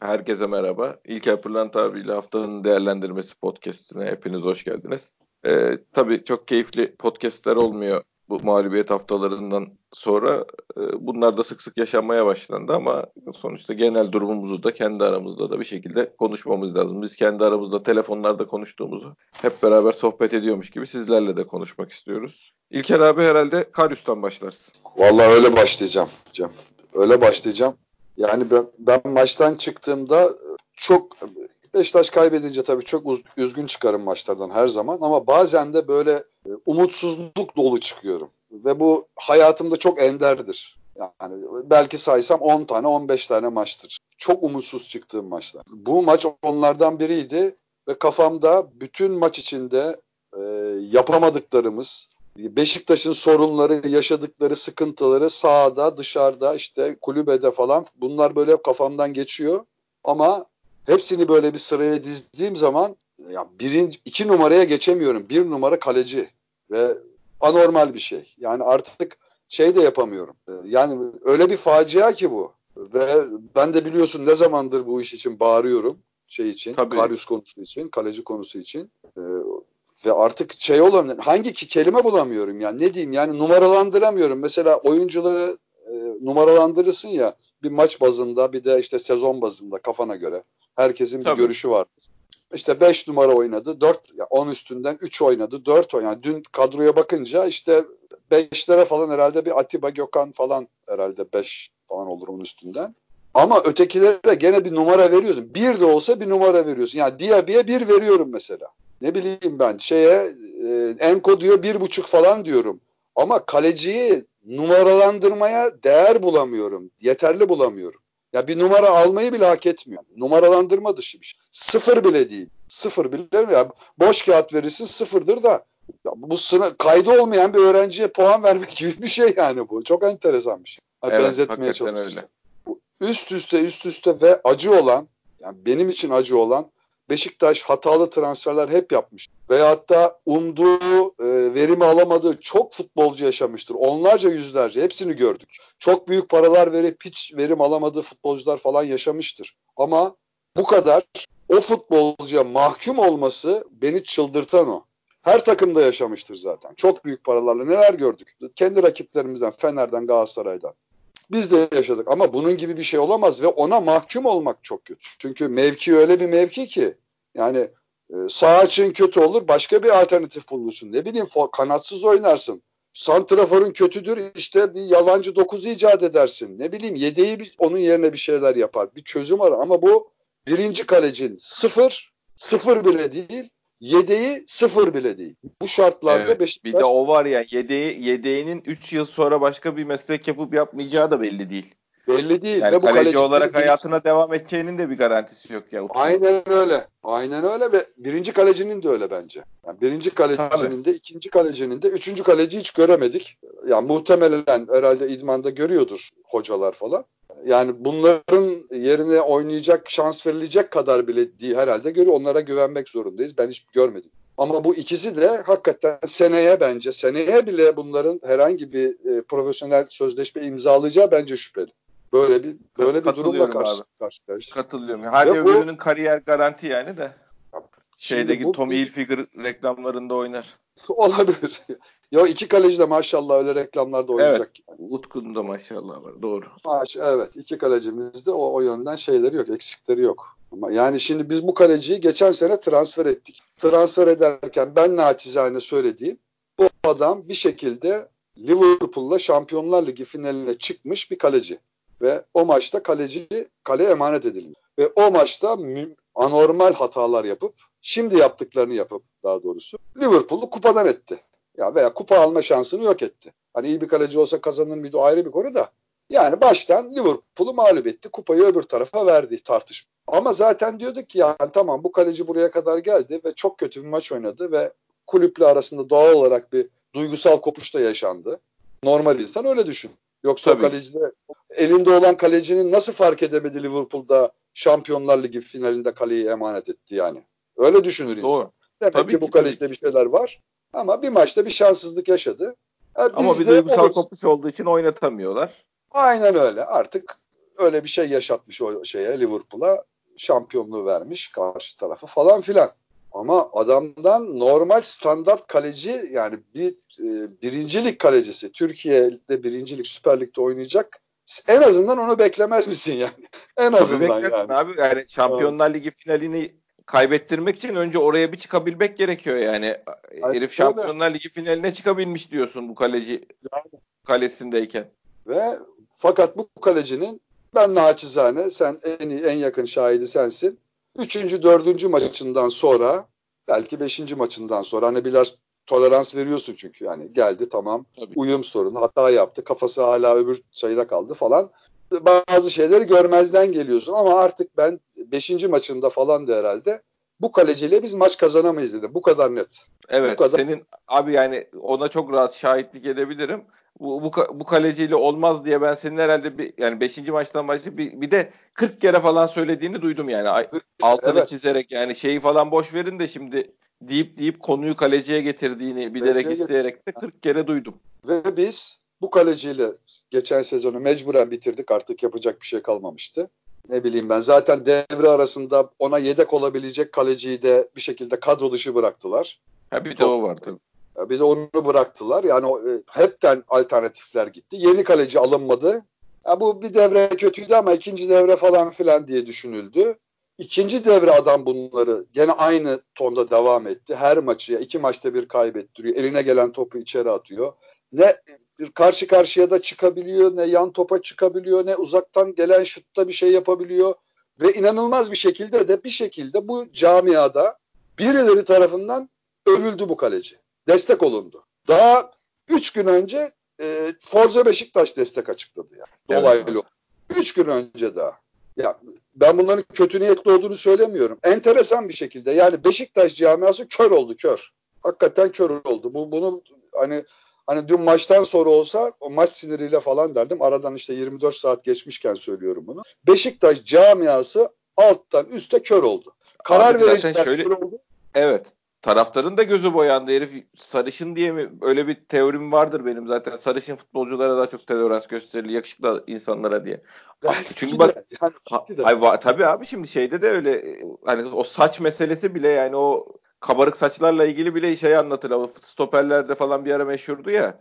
Herkese merhaba. İlker Pırlanta abiyle Haftanın Değerlendirmesi podcastine hepiniz hoş geldiniz. Tabii çok keyifli podcastler olmuyor bu mağlubiyet haftalarından sonra. Bunlar da sık sık yaşanmaya başlandı ama sonuçta genel durumumuzu da kendi aramızda da bir şekilde konuşmamız lazım. Biz kendi aramızda telefonlarda konuştuğumuzu hep beraber sohbet ediyormuş gibi sizlerle de konuşmak istiyoruz. İlker abi herhalde Karius'tan başlarsın. Vallahi öyle başlayacağım Cem. Öyle başlayacağım. Yani ben maçtan çıktığımda çok Beşiktaş kaybedince tabii çok üzgün çıkarım maçlardan her zaman ama bazen de böyle umutsuzluk dolu çıkıyorum. Ve bu hayatımda çok enderdir. Yani belki saysam 10 tane 15 tane maçtır. Çok umutsuz çıktığım maçlar. Bu maç onlardan biriydi ve kafamda bütün maç içinde yapamadıklarımız, Beşiktaş'ın sorunları, yaşadıkları sıkıntıları sahada, dışarıda, işte kulübede falan bunlar böyle kafamdan geçiyor. Ama hepsini böyle bir sıraya dizdiğim zaman ya iki numaraya geçemiyorum. Bir numara kaleci ve anormal bir şey. Yani artık şey de yapamıyorum. Yani öyle bir facia ki bu. Ve ben de biliyorsun ne zamandır bu iş için bağırıyorum. Şey için, Tabii. Karius konusu için, kaleci konusu için. Ve artık şey olamıyor. Hangi kelime bulamıyorum yani. Ne diyeyim yani numaralandıramıyorum. Mesela oyuncuları numaralandırırsın ya bir maç bazında bir de işte sezon bazında kafana göre. Herkesin bir Tabii. görüşü var. İşte 5 numara oynadı. 4 ya 10 üstünden 3 oynadı. 4 oynadı. Yani dün kadroya bakınca işte 5'lere falan herhalde bir Atiba Gökhan falan herhalde 5 falan olur onun üstünden. Ama ötekilere gene bir numara veriyorsun. Bir de olsa bir numara veriyorsun. Yani Diaby'e bir veriyorum mesela. Ne bileyim ben Enko diyor 1,5 falan diyorum. Ama kaleciyi numaralandırmaya değer bulamıyorum. Yeterli bulamıyorum. Ya bir numara almayı bile hak etmiyor. Numaralandırma dışı bir şey. Sıfır bile değil. Sıfır bile mi? Ya boş kağıt verirsin sıfırdır da ya bu kaydı olmayan bir öğrenciye puan vermek gibi bir şey yani bu. Çok enteresan bir şey. Evet, Benzetmeye hakikaten öyle. çalışırsan. Üst üste ve acı olan, yani benim için acı olan Beşiktaş hatalı transferler hep yapmış. Veyahut da umduğu, verimi alamadığı çok futbolcu yaşamıştır. Onlarca, yüzlerce hepsini gördük. Çok büyük paralar verip hiç verim alamadığı futbolcular falan yaşamıştır. Ama bu kadar o futbolcuya mahkum olması beni çıldırtan o. Her takımda yaşamıştır zaten. Çok büyük paralarla neler gördük. Kendi rakiplerimizden, Fener'den, Galatasaray'dan. Biz de yaşadık ama bunun gibi bir şey olamaz ve ona mahkum olmak çok kötü. Çünkü mevki öyle bir mevki ki yani sağ açın kötü olur başka bir alternatif bulursun. Ne bileyim kanatsız oynarsın. Santraforun kötüdür işte bir yalancı 9 icat edersin. Ne bileyim yedeği onun yerine bir şeyler yapar. Bir çözüm arar ama bu birinci kalecin sıfır, sıfır bile değil. Yedeği sıfır bile değil. Bu şartlarda Evet. Bir de Beşiktaş o var ya yedeğinin 3 yıl sonra başka bir meslek yapıp yapmayacağı da belli değil. belli değil Yani ve bu kaleci olarak kalecileri hayatına devam edeceğinin de bir garantisi yok ya Utku'nun. aynen öyle. Aynen öyle ve birinci kalecinin de öyle bence. Yani birinci Tabii. kalecinin de, ikinci kalecinin de, üçüncü kaleci hiç göremedik. Yani muhtemelen herhalde idmanda görüyordur hocalar falan. Yani bunların yerine oynayacak, şans verilecek kadar bile değil herhalde görüyor. Onlara güvenmek zorundayız. Ben hiç görmedim. Ama bu ikisi de hakikaten seneye bile bunların herhangi bir profesyonel sözleşme imzalayacağı bence şüpheli. Böyle bir durumla Katılıyorum karşı abi. karşıyayız. Katılıyorum. Hadi Ve bu öbürünün kariyer garanti yani de. şimdi Şeydeki bu Tommy bir Hilfiger reklamlarında oynar. olabilir. Ya iki kaleci de maşallah öyle reklamlarda Evet. oynayacak. Utku'nun da maşallah var. Doğru. Evet, iki kalecimiz de o yönden şeyleri yok, eksikleri yok. Ama yani şimdi biz bu kaleciyi geçen sene transfer ettik. Transfer ederken ben naçizane söylediğim bu adam bir şekilde Liverpool'la Şampiyonlar Ligi finaline çıkmış bir kaleci. Ve o maçta kaleye emanet edilmiş. Ve o maçta anormal hatalar yapıp, şimdi yaptıklarını yapıp daha doğrusu Liverpool'u kupadan etti. Ya veya kupa alma şansını yok etti. Hani iyi bir kaleci olsa kazanır mıydı o ayrı bir konu da. Yani baştan Liverpool'u mağlup etti. Kupayı öbür tarafa verdi tartışma. Ama zaten diyorduk ki yani tamam bu kaleci buraya kadar geldi ve çok kötü bir maç oynadı ve kulüple arasında doğal olarak bir duygusal kopuş da yaşandı. Normal insan öyle düşün. Yoksa o Tabii ki. kaleci de elinde olan kalecinin nasıl fark edemedi Liverpool'da Şampiyonlar Ligi finalinde kaleyi emanet etti yani. Öyle düşünür insan. Doğru. Demek Tabii ki bu ki, tabii kalecide ki. bir şeyler var. Ama bir maçta bir şanssızlık yaşadı. Ama Biz bir de duygusal olur. kopuş olduğu için oynatamıyorlar. Aynen öyle. Artık öyle bir şey yaşatmış o şeye Liverpool'a. şampiyonluğu vermiş karşı tarafa falan filan. Ama adamdan normal standart kaleci, yani birincilik kalecisi, Türkiye'de birincilik Süper Lig'de oynayacak, en azından onu beklemez misin yani? En Tabii azından beklersin yani. abi. Yani Şampiyonlar Ligi finalini kaybettirmek için önce oraya bir çıkabilmek gerekiyor yani. Yani Herif öyle. Şampiyonlar Ligi finaline çıkabilmiş diyorsun bu kaleci kalesindeyken. Ve fakat bu kalecinin, ben naçizane, sen en yakın şahidi sensin, 3. 4. maçından sonra, belki 5. maçından sonra, hani biraz tolerans veriyorsun çünkü, yani geldi, tamam, Tabii. uyum sorunu, hata yaptı, kafası hala öbür sayıda kaldı falan, bazı şeyleri görmezden geliyorsun, ama artık ben 5. maçında falan da herhalde bu kaleciyle biz maç kazanamayız dedim. Bu kadar net. Bu Evet, kadar. senin abi yani ona çok rahat şahitlik edebilirim. Bu kaleciyle olmaz diye ben senin herhalde yani 5. maçtan başlayıp bir de 40 kere falan söylediğini duydum yani. Altını Evet. çizerek, yani şeyi falan boş verin de şimdi deyip konuyu kaleciye getirdiğini bilerek Kaleciye isteyerek de 40 kere duydum. Ve biz bu kaleciyle geçen sezonu mecburen bitirdik. Artık yapacak bir şey kalmamıştı. Ne bileyim ben, zaten devre arasında ona yedek olabilecek kaleciyi de bir şekilde kadro dışı bıraktılar. Ha bir de o var tabii. Bir de onu bıraktılar. Yani hepten alternatifler gitti. Yeni kaleci alınmadı. Bu bir devre kötüydü ama ikinci devre falan filan diye düşünüldü. İkinci devre adam bunları gene aynı tonda devam etti. Her maçı 2 maçta bir kaybettiriyor. Eline gelen topu içeri atıyor. Ne karşı karşıya da çıkabiliyor, ne yan topa çıkabiliyor, ne uzaktan gelen şutta bir şey yapabiliyor. Ve inanılmaz bir şekilde bu camiada birileri tarafından övüldü bu kaleci. Destek olundu. Daha 3 gün önce Forza Beşiktaş destek açıkladı ya. Evet abi. Dolaylı. 3 gün önce daha. Ya ben bunların kötü niyetli olduğunu söylemiyorum. Enteresan bir şekilde yani Beşiktaş camiası kör oldu, kör. Hakikaten kör oldu. Bunu hani dün maçtan sonra olsa o maç siniriyle falan derdim. Aradan işte 24 saat geçmişken söylüyorum bunu. Beşiktaş camiası alttan üste kör oldu. Abi Karar zaten vericiler şöyle, kör oldu. evet. Taraftarın da gözü boyandı. Herif sarışın diye mi? Öyle bir teorim vardır benim zaten. Sarışın futbolculara daha çok tolerans gösterilir. Yakışıklı insanlara diye. Çünkü Belki bak de. Yani belki de. tabii abi şimdi şeyde de öyle, hani o saç meselesi bile, yani o kabarık saçlarla ilgili bile şey anlatılır. O stoperlerde falan bir ara meşhurdu ya.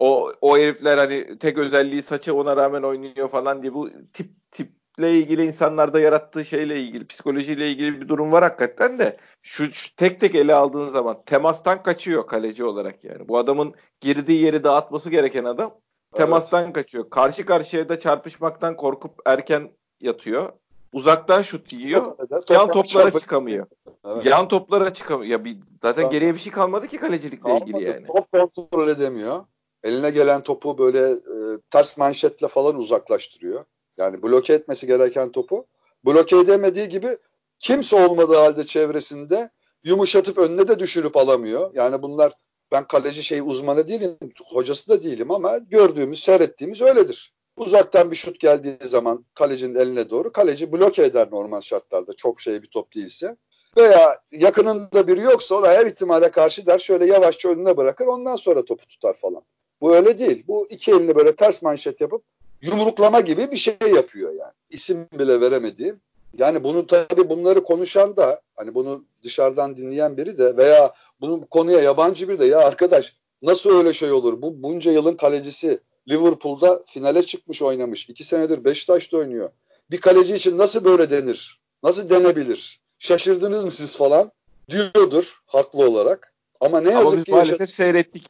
O herifler hani tek özelliği saçı, ona rağmen oynuyor falan diye, bu tiple ilgili, insanlarda yarattığı şeyle ilgili, psikolojiyle ilgili bir durum var hakikaten de. Şu tek tek ele aldığın zaman temastan kaçıyor kaleci olarak yani. Bu adamın girdiği yeri dağıtması gereken adam Evet. temastan kaçıyor. Karşı karşıya da çarpışmaktan korkup erken yatıyor. Uzaktan şut yiyor. Yan Topa toplara çarpıp. çıkamıyor. Evet. Yan toplara çıkamıyor. Ya zaten geriye bir şey kalmadı ki kalecilikle ilgili Kalmadı. yani. Top kontrol edemiyor. Eline gelen topu böyle ters manşetle falan uzaklaştırıyor. Yani bloke etmesi gereken topu bloke edemediği gibi, kimse olmadığı halde çevresinde yumuşatıp önüne de düşürüp alamıyor. Yani bunlar, ben kaleci uzmanı değilim, hocası da değilim, ama gördüğümüz, seyrettiğimiz öyledir. Uzaktan bir şut geldiği zaman kalecinin eline doğru, kaleci bloke eder normal şartlarda, çok bir top değilse. Veya yakınında biri yoksa o da her ihtimale karşı der, şöyle yavaşça önüne bırakır, ondan sonra topu tutar falan. Bu öyle değil. Bu iki elini böyle ters manşet yapıp yumruklama gibi bir şey yapıyor yani. İsim bile veremediğim. Yani bunu tabii, bunları konuşan da, hani bunu dışarıdan dinleyen biri de veya bu konuya yabancı biri de, ya arkadaş nasıl öyle şey olur? Bu bunca yılın kalecisi, Liverpool'da finale çıkmış, oynamış. 2 senedir Beşiktaş'ta oynuyor. Bir kaleci için nasıl böyle denir? Nasıl denebilir? Şaşırdınız mı siz falan diyordur haklı olarak. Ama ne Ama yazık biz ki yaşadık. maalesef seyrettik.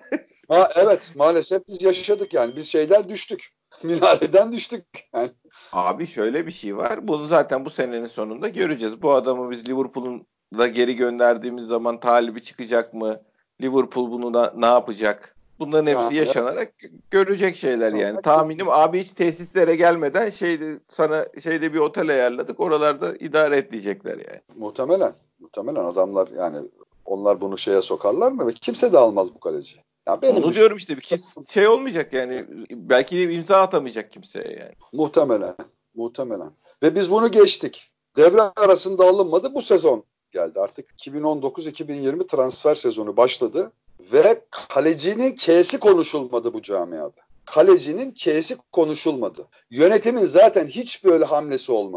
Evet, maalesef biz yaşadık yani. Biz düştük. Minareden düştük yani. Abi şöyle bir şey var. Bunu zaten bu senenin sonunda göreceğiz. Bu adamı biz Liverpool'un da geri gönderdiğimiz zaman talibi çıkacak mı? Liverpool bunu da ne yapacak? Bunların hepsi Yani yaşanarak görecek şeyler yani. Tahminim abi hiç tesislere gelmeden şeyde bir otel ayarladık. Oralarda idare et diyecekler yani. muhtemelen adamlar, yani onlar bunu sokarlar mı? Ve kimse de almaz bu kaleci. Ya benim Onu düşüncem diyorum işte, şey olmayacak yani. Belki de imza atamayacak kimseye yani. muhtemelen. Muhtemelen. Ve biz bunu geçtik. Devre arasında alınmadı. Bu sezon geldi. Artık 2019-2020 transfer sezonu başladı. Ve kalecinin K'si konuşulmadı bu camiada. Kalecinin K'si konuşulmadı. Yönetimin zaten hiç böyle hamlesi olmadı.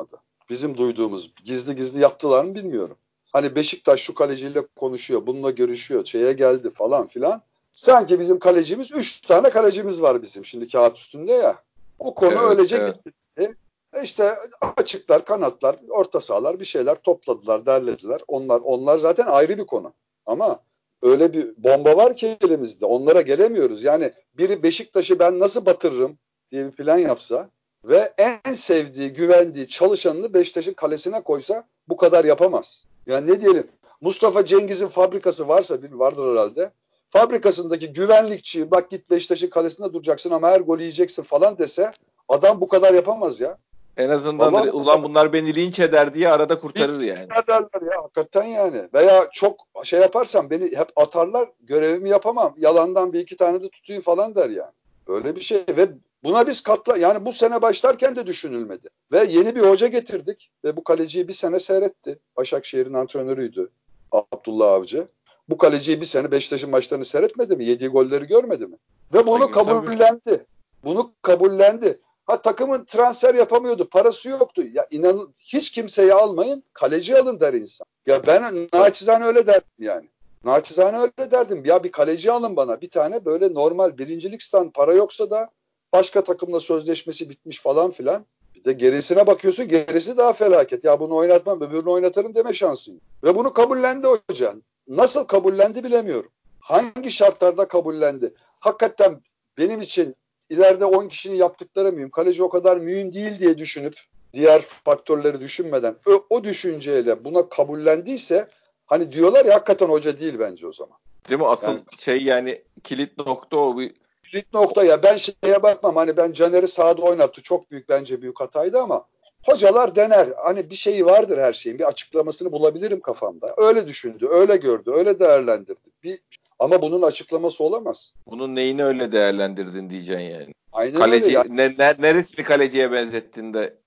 Bizim duyduğumuz gizli gizli yaptılar mı bilmiyorum. Hani Beşiktaş şu kaleciyle konuşuyor, bununla görüşüyor, şeye geldi falan filan. Sanki bizim kalecimiz 3 tane kalecimiz var bizim şimdi kağıt üstünde ya. O konu Evet, öylece evet. gitti. İşte açıklar, kanatlar, orta sahalar bir şeyler topladılar, derlediler. Onlar zaten ayrı bir konu. Ama öyle bir bomba var ki elimizde. Onlara gelemiyoruz. Yani biri Beşiktaş'ı ben nasıl batırırım diye bir plan yapsa ve en sevdiği, güvendiği çalışanını Beşiktaş'ın kalesine koysa bu kadar yapamaz. Yani ne diyelim? Mustafa Cengiz'in fabrikası varsa, vardır herhalde. Fabrikasındaki güvenlikçi bak git Beşiktaş'ın kalesinde duracaksın ama her golü yiyeceksin falan dese adam bu kadar yapamaz ya. En azından Vallahi ulan bunlar beni linç eder diye arada kurtarır hiç yani. derler ya hakikaten yani. Veya çok şey yaparsam beni hep atarlar görevimi yapamam. Yalandan bir iki tane de tutayım falan der yani. Öyle bir şey ve buna biz yani bu sene başlarken de düşünülmedi. Ve yeni bir hoca getirdik ve bu kaleciyi bir sene seyretti. Başakşehir'in antrenörüydü Abdullah Avcı. Bu kaleciyi bir sene Beşiktaş'ın maçlarını seyretmedi mi? Yediği golleri görmedi mi? Ve bunu Tabii. kabullendi. Bunu kabullendi. Ha takımın transfer yapamıyordu. Parası yoktu. Ya inanın hiç kimseyi almayın. Kaleci alın der insan. Ya ben Tabii. naçizane öyle derdim yani. Naçizane öyle derdim. Ya bir kaleci alın bana. Bir tane böyle normal birincilik stand para yoksa da başka takımla sözleşmesi bitmiş falan filan. Bir de gerisine bakıyorsun gerisi daha felaket. Ya bunu oynatmam öbürünü oynatırım deme şansın yok. Ve bunu kabullendi hoca. Nasıl kabullendi bilemiyorum. Hangi şartlarda kabullendi? Hakikaten benim için ileride 10 kişinin yaptıkları mühim. Kaleci o kadar mühim değil diye düşünüp diğer faktörleri düşünmeden o düşünceyle buna kabullendiyse hani diyorlar ya hakikaten hoca değil bence o zaman. Değil mi? Yani Asıl şey yani kilit nokta o. kilit nokta ya ben şeye bakmam hani ben Caner'i sahada oynattı çok büyük bence büyük hataydı ama hocalar dener hani bir şeyi vardır her şeyin bir açıklamasını bulabilirim kafamda. Öyle düşündü, öyle gördü, öyle değerlendirdi. Ama bunun açıklaması olamaz. Bunun neyini öyle değerlendirdin diyeceksin yani. Aynen öyle ya. Kaleci neresini kaleciye benzettin de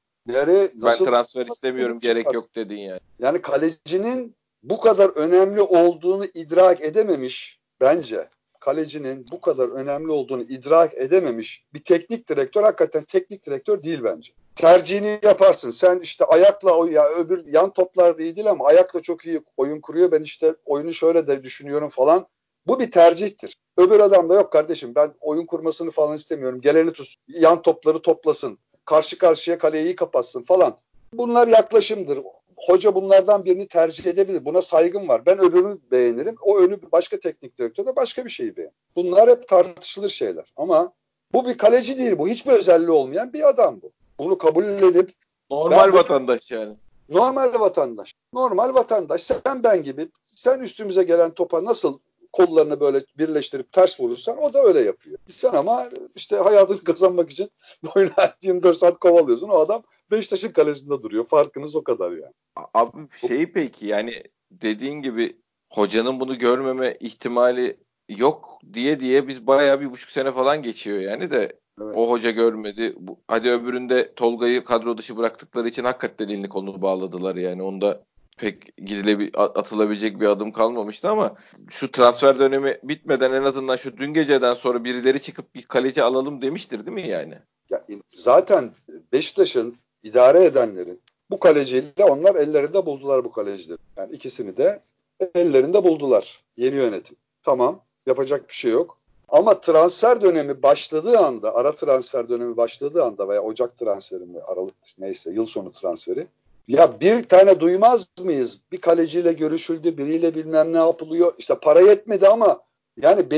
ben Nasıl transfer istemiyorum gerek yok dedin yani. Yani kalecinin bu kadar önemli olduğunu idrak edememiş bence. Kalecinin bu kadar önemli olduğunu idrak edememiş bir teknik direktör hakikaten teknik direktör değil bence. Tercihini yaparsın. Sen işte ayakla ya öbür yan toplarda iyi değil ama ayakla çok iyi oyun kuruyor. Ben işte oyunu şöyle de düşünüyorum falan. Bu bir tercihtir. Öbür adam da yok kardeşim ben oyun kurmasını falan istemiyorum. Geleni tutsun. Yan topları toplasın. Karşı karşıya kaleyi kapatsın falan. Bunlar yaklaşımdır. Hoca bunlardan birini tercih edebilir. Buna saygım var. Ben öbürünü beğenirim. O önü başka teknik direktör de başka bir şeyi beğenir. Bunlar hep tartışılır şeyler. Ama bu bir kaleci değil. Bu hiçbir özelliği olmayan bir adam bu. Bunu kabul edip ben Normal bu vatandaş yani. normal vatandaş. Normal vatandaş. Sen ben gibi. Sen üstümüze gelen topa nasıl kollarını böyle birleştirip ters vurursan o da öyle yapıyor. Sen ama işte hayatını kazanmak için boyuna 24 saat kovalıyorsun. O adam Beşiktaş'ın kalesinde duruyor. Farkınız o kadar yani. Abi şey peki yani dediğin gibi hocanın bunu görmeme ihtimali yok diye biz bayağı 1,5 sene falan geçiyor yani de Evet. o hoca görmedi. Hadi öbüründe Tolga'yı kadro dışı bıraktıkları için hakikaten elini kolunu bağladılar yani. Onda pek atılabilecek bir adım kalmamıştı ama şu transfer dönemi bitmeden en azından şu dün geceden sonra birileri çıkıp bir kaleci alalım demiştir değil mi yani? Ya, zaten Beşiktaş'ın idare edenlerin bu kaleciyle onlar ellerinde buldular bu kalecileri. Yani ikisini de ellerinde buldular. Yeni yönetim. Tamam. Yapacak bir şey yok. Ama transfer dönemi başladığı anda, ara transfer dönemi başladığı anda veya Ocak transferi mi, Aralık neyse yıl sonu transferi. Ya bir tane duymaz mıyız? Bir kaleciyle görüşüldü, biriyle bilmem ne yapılıyor. İşte para yetmedi ama yani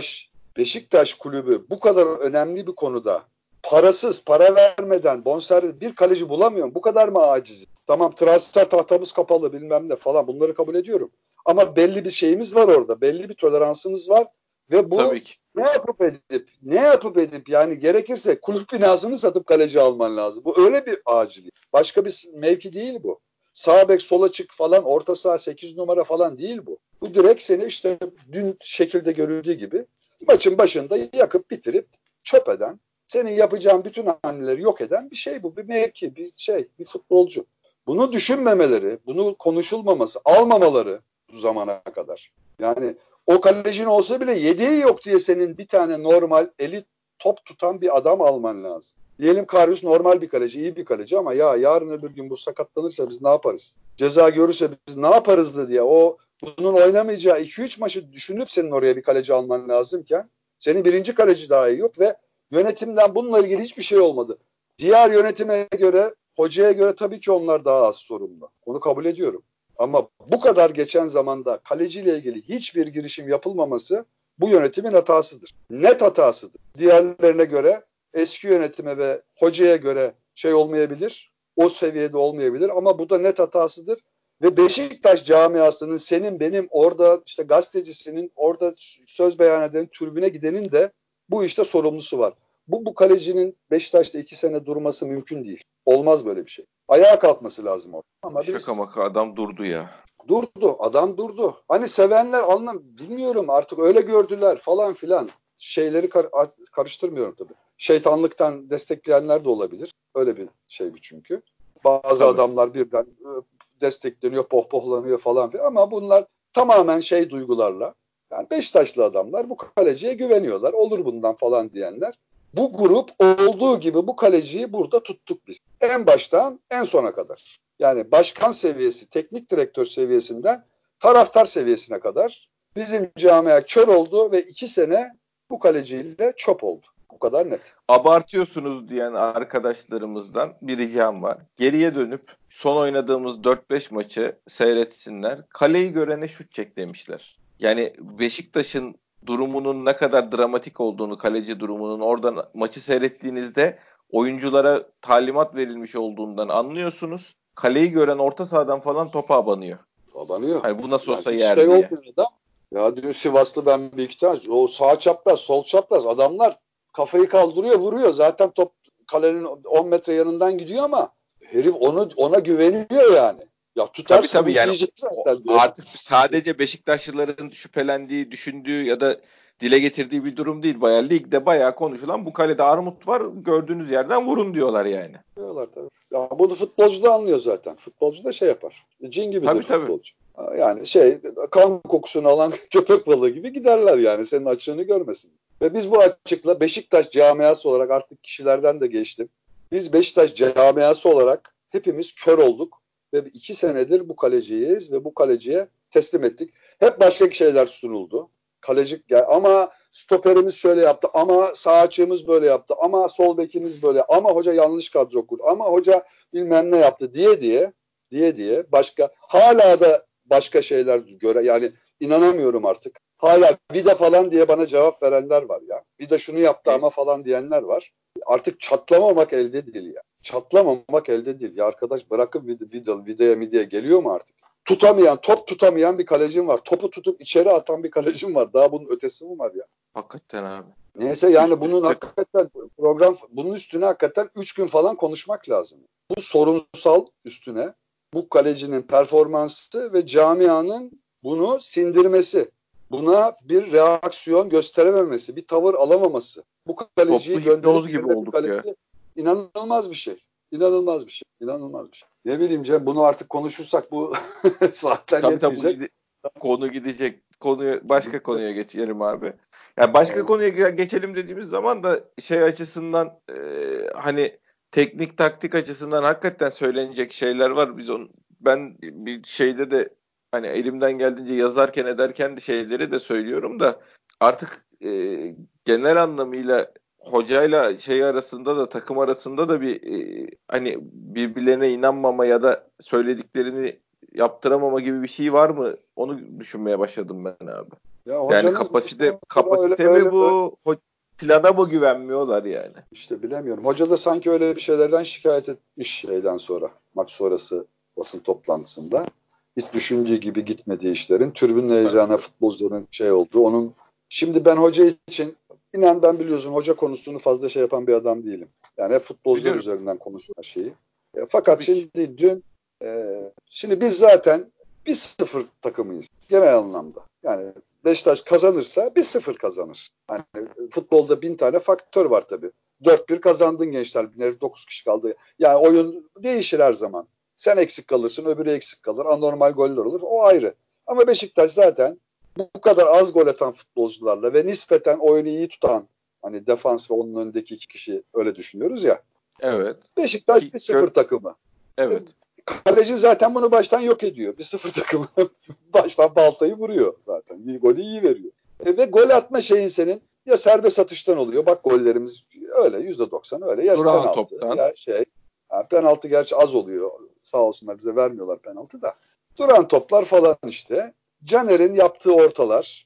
Beşiktaş kulübü bu kadar önemli bir konuda parasız, para vermeden bonservis bir kaleci bulamıyorum. Bu kadar mı aciz? Tamam transfer tahtamız kapalı bilmem ne falan bunları kabul ediyorum. Ama belli bir şeyimiz var orada. Belli bir toleransımız var ve Tabii bu ki. ne yapıp edip yani gerekirse kulüp binasını satıp kaleci alman lazım. Bu öyle bir aciliyet. Başka bir mevki değil bu. Sağ bek sola çık falan orta saha 8 numara falan değil bu. Bu direkt seni işte dün şekilde görüldüğü gibi maçın başında yakıp bitirip çöp eden senin yapacağın bütün hamleleri yok eden bir şey bu. Bir mevki, bir şey, bir futbolcu. Bunu düşünmemeleri, bunu konuşulmaması, almamaları bu zamana kadar. Yani o kalecin olsa bile yedeği yok diye senin bir tane normal elit top tutan bir adam alman lazım. Diyelim Karius normal bir kaleci, iyi bir kaleci ama ya yarın öbür gün bu sakatlanırsa biz ne yaparız? Ceza görürse biz ne yaparız diye bunun oynamayacağı 2-3 maçı düşünüp senin oraya bir kaleci alman lazımken senin birinci kaleci dahi yok ve yönetimden bununla ilgili hiçbir şey olmadı. Diğer yönetime göre, hocaya göre tabii ki onlar daha az sorumlu. Onu kabul ediyorum. Ama bu kadar geçen zamanda kaleciyle ilgili hiçbir girişim yapılmaması bu yönetimin hatasıdır. Net hatasıdır. Diğerlerine göre eski yönetime ve hocaya göre şey olmayabilir, o seviyede olmayabilir ama bu da net hatasıdır. Ve Beşiktaş camiasının senin benim orada işte gazetecisinin orada söz beyan edenin tribüne gidenin de bu işte sorumlusu var. Bu kalecinin Beşiktaş'ta 2 sene durması mümkün değil. Olmaz böyle bir şey. Ayağa kalkması lazım orada. Ama Şaka maka adam durdu ya. durdu. Adam durdu. Hani sevenler bilmiyorum artık öyle gördüler falan filan. Şeyleri karıştırmıyorum tabii. Şeytanlıktan destekleyenler de olabilir. Öyle bir şey bu çünkü. Bazı Tabii. adamlar birden destekleniyor, pohpohlanıyor falan filan. Ama bunlar tamamen duygularla. Yani Beşiktaşlı adamlar bu kaleciye güveniyorlar. Olur bundan falan diyenler. Bu grup olduğu gibi bu kaleciyi burada tuttuk biz. En baştan en sona kadar. Yani başkan seviyesi, teknik direktör seviyesinden taraftar seviyesine kadar bizim camia kör oldu ve 2 sene bu kaleciyle çöp oldu. Bu kadar net. Abartıyorsunuz diyen arkadaşlarımızdan bir ricam var. Geriye dönüp son oynadığımız 4-5 maçı seyretsinler. Kaleyi görene şut çek demişler. Yani Beşiktaş'ın durumunun ne kadar dramatik olduğunu, kaleci durumunun oradan maçı seyrettiğinizde oyunculara talimat verilmiş olduğundan anlıyorsunuz. Kaleyi gören orta sahadan falan topa abanıyor. Abanıyor. Hani bu nasıl Yani olsa hiç yer diye. olmuyor da. Ya diyor Sivaslı ben bir iki tane. O sağ çapraz, sol çapraz adamlar kafayı kaldırıyor, vuruyor. Zaten top kalenin 10 metre yanından gidiyor ama herif ona güveniyor yani. Ya tutarsa Tabii bu yani yiyecek zaten diyor. artık sadece Beşiktaşlıların şüphelendiği, düşündüğü ya da dile getirdiği bir durum değil. Ligde bayağı konuşulan bu kalede armut var gördüğünüz yerden vurun diyorlar yani. Diyorlar tabii. Ya bunu futbolcu da anlıyor zaten. Futbolcu da yapar. Cin gibidir Tabii. futbolcu. Yani kan kokusunu alan köpek balığı gibi giderler yani senin açığını görmesin. Ve biz bu açıkla Beşiktaş camiası olarak artık kişilerden de geçtim. Biz Beşiktaş camiası olarak hepimiz kör olduk ve 2 senedir bu kaleciyiz ve bu kaleciye teslim ettik. Hep başka şeyler sunuldu. Kaleci ama stoperimiz şöyle yaptı ama sağ açığımız böyle yaptı ama sol bekimiz böyle ama hoca yanlış kadro kurdu ama hoca bilmem ne yaptı diye hala da başka şeyler yani inanamıyorum artık. Hala Vida falan diye bana cevap verenler var ya. Vida şunu yaptı ama falan diyenler var. Artık çatlamamak elde değil ya. Çatlamamak elde değil. Ya arkadaş bırakın Vida'ya midiye geliyor mu artık? Top tutamayan bir kalecim var. Topu tutup içeri atan bir kalecim var. Daha bunun ötesi mi var ya? Hakikaten abi. Neyse yani Üst bunun üste hakikaten bunun üstüne hakikaten 3 gün falan konuşmak lazım. Bu sorunsal üstüne bu kalecinin performansı ve camianın bunu sindirmesi. Buna bir reaksiyon gösterememesi, bir tavır alamaması. Bu toplu kaleciyi hipnoz gönderip gibi yerine bir olduk ya. kaleci inanılmaz bir şey. İnanılmaz bir şey. İnanılmaz bir şey. Ne bileyim Cem bunu artık konuşursak bu saatler Tabii yetmeyecek. konu gidecek. Başka konuya geçelim abi. Yani başka Evet. konuya geçelim dediğimiz zaman da şey açısından hani teknik taktik açısından hakikaten söylenecek şeyler var. Ben bir şeyde de hani elimden geldiğince yazarken ederken de şeyleri de söylüyorum da artık genel anlamıyla hocayla şey arasında da takım arasında da bir hani birbirlerine inanmama ya da söylediklerini yaptıramama gibi bir şey var mı? Onu düşünmeye başladım ben abi. Ya Yani hocanın işte öyle kapasite mi öyle bu? Plana mı güvenmiyorlar yani? İşte bilemiyorum. Hoca da sanki öyle bir şeylerden şikayet etmiş şeyden sonra. Maç sonrası basın toplantısında. Hiç düşündüğü gibi gitmediği işlerin. Tribünün heyecanına futbolcuların olduğu. Şimdi ben hoca için ben biliyorsun hoca konusunu fazla yapan bir adam değilim. Yani hep futbolcular Biliyorum. üzerinden konuşulan şeyi. Fakat Tabii ki. şimdi şimdi biz zaten 1-0 takımıyız. Genel anlamda. Yani Beşiktaş kazanırsa 1-0 kazanır. Hani futbolda 1000 tane faktör var tabii. 4-1 kazandın gençler. 9 kişi kaldı. Yani oyun değişir her zaman. Sen eksik kalırsın, öbürü eksik kalır. Anormal goller olur. O ayrı. Ama Beşiktaş zaten bu kadar az gol atan futbolcularla ve nispeten oyunu iyi tutan Hani defans ve onun önündeki 2 kişi öyle düşünüyoruz ya. Evet. Beşiktaş 1-0 takımı. Evet. Kaleci zaten bunu baştan yok ediyor. 1-0 takımı baştan baltayı vuruyor zaten. Golü iyi veriyor. Ve gol atma şeyin senin ya serbest atıştan oluyor. Bak gollerimiz öyle %90 öyle. Ya Duran penaltı toptan. ya penaltı gerçi az oluyor. Sağ olsunlar bize vermiyorlar penaltı da. Duran toplar falan işte. Caner'in yaptığı ortalar.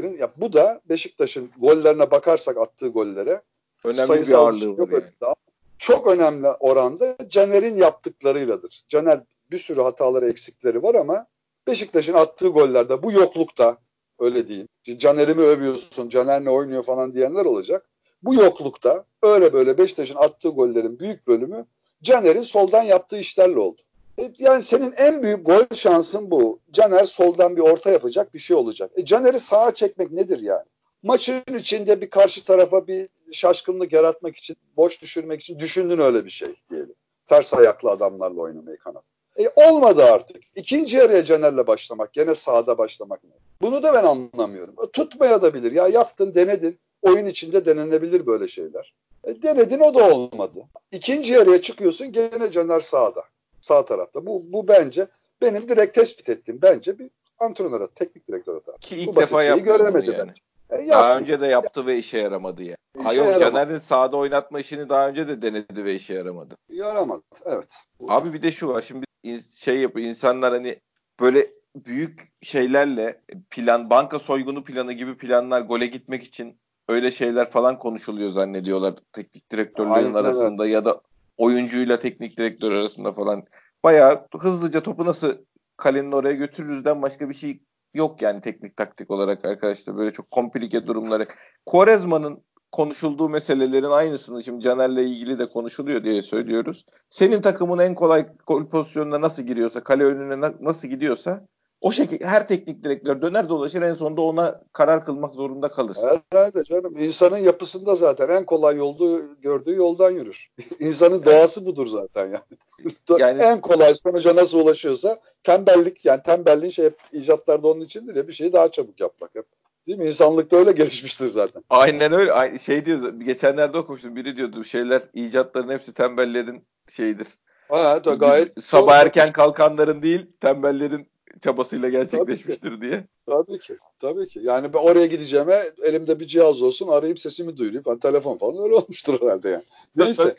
Bu da Beşiktaş'ın gollerine bakarsak attığı gollere Önemli bir sayısal bir şey ağırlığı var yok yani. önünde. Çok önemli oranda Caner'in yaptıklarıyladır. Caner bir sürü hataları, eksikleri var ama Beşiktaş'ın attığı gollerde bu yoklukta öyle diyeyim. Caner'i mi övüyorsun, Caner ne oynuyor falan diyenler olacak. Bu yoklukta öyle böyle Beşiktaş'ın attığı gollerin büyük bölümü Caner'in soldan yaptığı işlerle oldu. Yani senin en büyük gol şansın bu. Caner soldan bir orta yapacak, bir şey olacak. Caner'i sağa çekmek nedir yani? Maçın içinde bir karşı tarafa bir şaşkınlık yaratmak için, boş düşürmek için düşündün öyle bir şey diyelim. Ters ayaklı adamlarla oynamayı kanat. Olmadı artık. İkinci yarıya Caner'le başlamak, gene sahada başlamak. Bunu da ben anlamıyorum. Tutmaya da bilir. Ya yaptın, denedin. Oyun içinde denenebilir böyle şeyler. Denedin, o da olmadı. İkinci yarıya çıkıyorsun, gene Caner sahada. Sağ tarafta. Bu bence benim direkt tespit ettiğim bence bir antrenöre, teknik direktör hata. Ki ilk Bu basit defa şeyi yapmıyor bunu göremedi yani. bence. Daha Yapmıyor. önce de yaptı ve işe yaramadı yani. İşe Yok, yaramadı. Caner'in sahada oynatma işini daha önce de denedi ve işe yaramadı. Yaramadı. Evet. Abi bir de şu var. Şimdi insanlar hani böyle büyük şeylerle banka soygunu planı gibi planlar, gole gitmek için öyle şeyler falan konuşuluyor zannediyorlar teknik direktörlerin Aynen öyle. arasında ya da oyuncuyla teknik direktör arasında falan. Bayağı hızlıca topu nasıl kalenin oraya götürürüzden başka bir şey yok yani teknik taktik olarak arkadaşlar. Böyle çok komplike durumları. Quaresma'nın konuşulduğu meselelerin aynısını şimdi Caner'le ilgili de konuşuluyor diye söylüyoruz. Senin takımın en kolay gol pozisyonuna nasıl giriyorsa, kale önüne nasıl gidiyorsa o şekilde her teknik direktör döner dolaşır en sonunda ona karar kılmak zorunda kalır. Herhalde canım. İnsanın yapısında zaten en kolay gördüğü yoldan yürür. İnsanın Yani, doğası budur zaten yani. yani En kolay sonuca nasıl ulaşıyorsa tembellik, yani tembelliğin hep icatlarda onun içindir ya, bir şeyi daha çabuk yapmak hep. Değil mi? İnsanlıkta öyle gelişmiştir zaten. aynen öyle. Şey diyoruz. Geçenlerde okumuştum. Biri diyordu şeyler, icatların hepsi tembellerin şeyidir. Gayet doğru Sabah tabii erken ki. kalkanların değil, tembellerin çabasıyla Tabii ki. gerçekleşmiştir diye. Tabii ki. Tabii ki. Yani ben oraya gideceğime elimde bir cihaz olsun, arayıp sesimi duyurayım. Yani telefon falan öyle olmuştur herhalde yani. Neyse.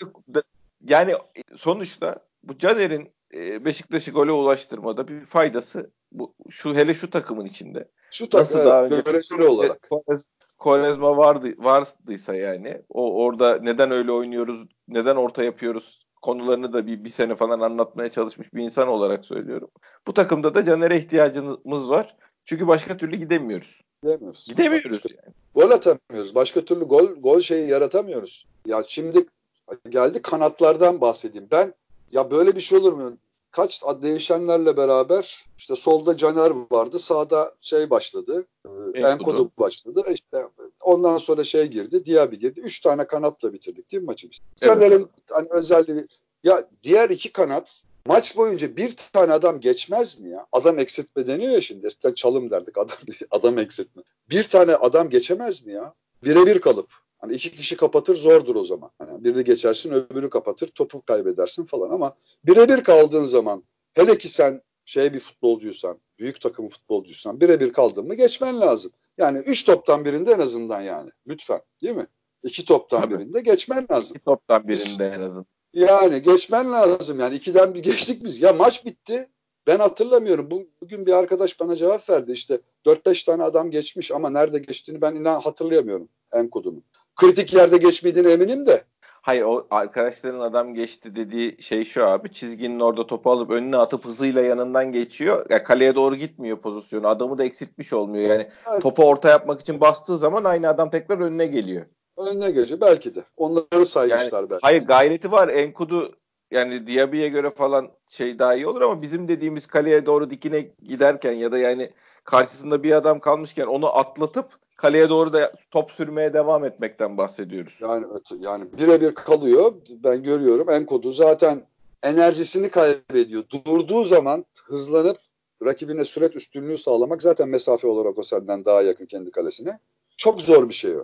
Yani sonuçta bu Caner'in Beşiktaş'ı gole ulaştırmada bir faydası hele şu takımın içinde. Nasıl Evet, daha önce göreceli olarak. Quaresma vardıysa yani orada neden öyle oynuyoruz, neden orta yapıyoruz konularını da bir sene falan anlatmaya çalışmış bir insan olarak söylüyorum. Bu takımda da Caner'e ihtiyacımız var. Çünkü başka türlü gidemiyoruz. Diyemiyoruz. Gidemiyoruz yani. Gol atamıyoruz. Başka türlü gol şeyi yaratamıyoruz. Ya şimdi geldi kanatlardan bahsedeyim. Ya böyle bir şey olur mu? Kaç değişenlerle beraber işte solda Caner vardı. Sağda başladı. Enkudu. Enkodu başladı. İşte ondan sonra girdi. Diaby girdi. 3 tane kanatla bitirdik değil mi maçı biz? Evet abi. Caner'in hani özelliği, ya diğer 2 kanat maç boyunca bir tane adam geçmez mi ya? Adam eksiltme deniyor ya şimdi. Eskiden çalım derdik. Adam eksiltme. Bir tane adam geçemez mi ya? Birebir kalıp. Hani 2 kişi kapatır, zordur o zaman. Hani birini geçersin, öbürü kapatır, topu kaybedersin falan ama birebir kaldığın zaman, hele ki sen bir futbolcuysan, büyük takım futbolcuysan, birebir kaldın mı geçmen lazım. Yani 3 toptan birinde en azından yani. Lütfen. Değil mi? 2 toptan Tabii. birinde geçmen lazım. İki toptan Biz birinde en azından. yani geçmen lazım. Yani 2'den bir geçtik biz. Ya maç bitti. Ben hatırlamıyorum. Bugün bir arkadaş bana cevap verdi. İşte 4-5 tane adam geçmiş ama nerede geçtiğini ben inan hatırlayamıyorum Enkudu'nun. Kritik yerde geçmediğine eminim de. Hayır, o arkadaşların adam geçti dediği şey şu abi. Çizginin orada topu alıp önüne atıp hızıyla yanından geçiyor. Ya kaleye doğru gitmiyor pozisyonu. Adamı da eksiltmiş olmuyor. Yani Evet, topu orta yapmak için bastığı zaman aynı adam tekrar önüne geliyor. önüne geçiyor belki de. Onları Yani saymışlar belki. hayır, gayreti var. Enkudu yani Diaby'ye göre falan daha iyi olur ama bizim dediğimiz kaleye doğru dikine giderken ya da yani karşısında bir adam kalmışken onu atlatıp kaleye doğru da top sürmeye devam etmekten bahsediyoruz. Yani birebir kalıyor. Ben görüyorum. Enkodu zaten enerjisini kaybediyor. Durduğu zaman hızlanıp rakibine sürat üstünlüğü sağlamak, zaten mesafe olarak o senden daha yakın kendi kalesine. Çok zor bir şey o.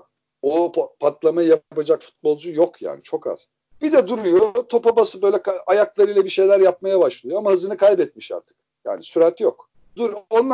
o patlamayı yapacak futbolcu yok yani, çok az. Bir de duruyor, topa basıp böyle ayaklarıyla bir şeyler yapmaya başlıyor ama hızını kaybetmiş artık. Yani sürat yok. Dur,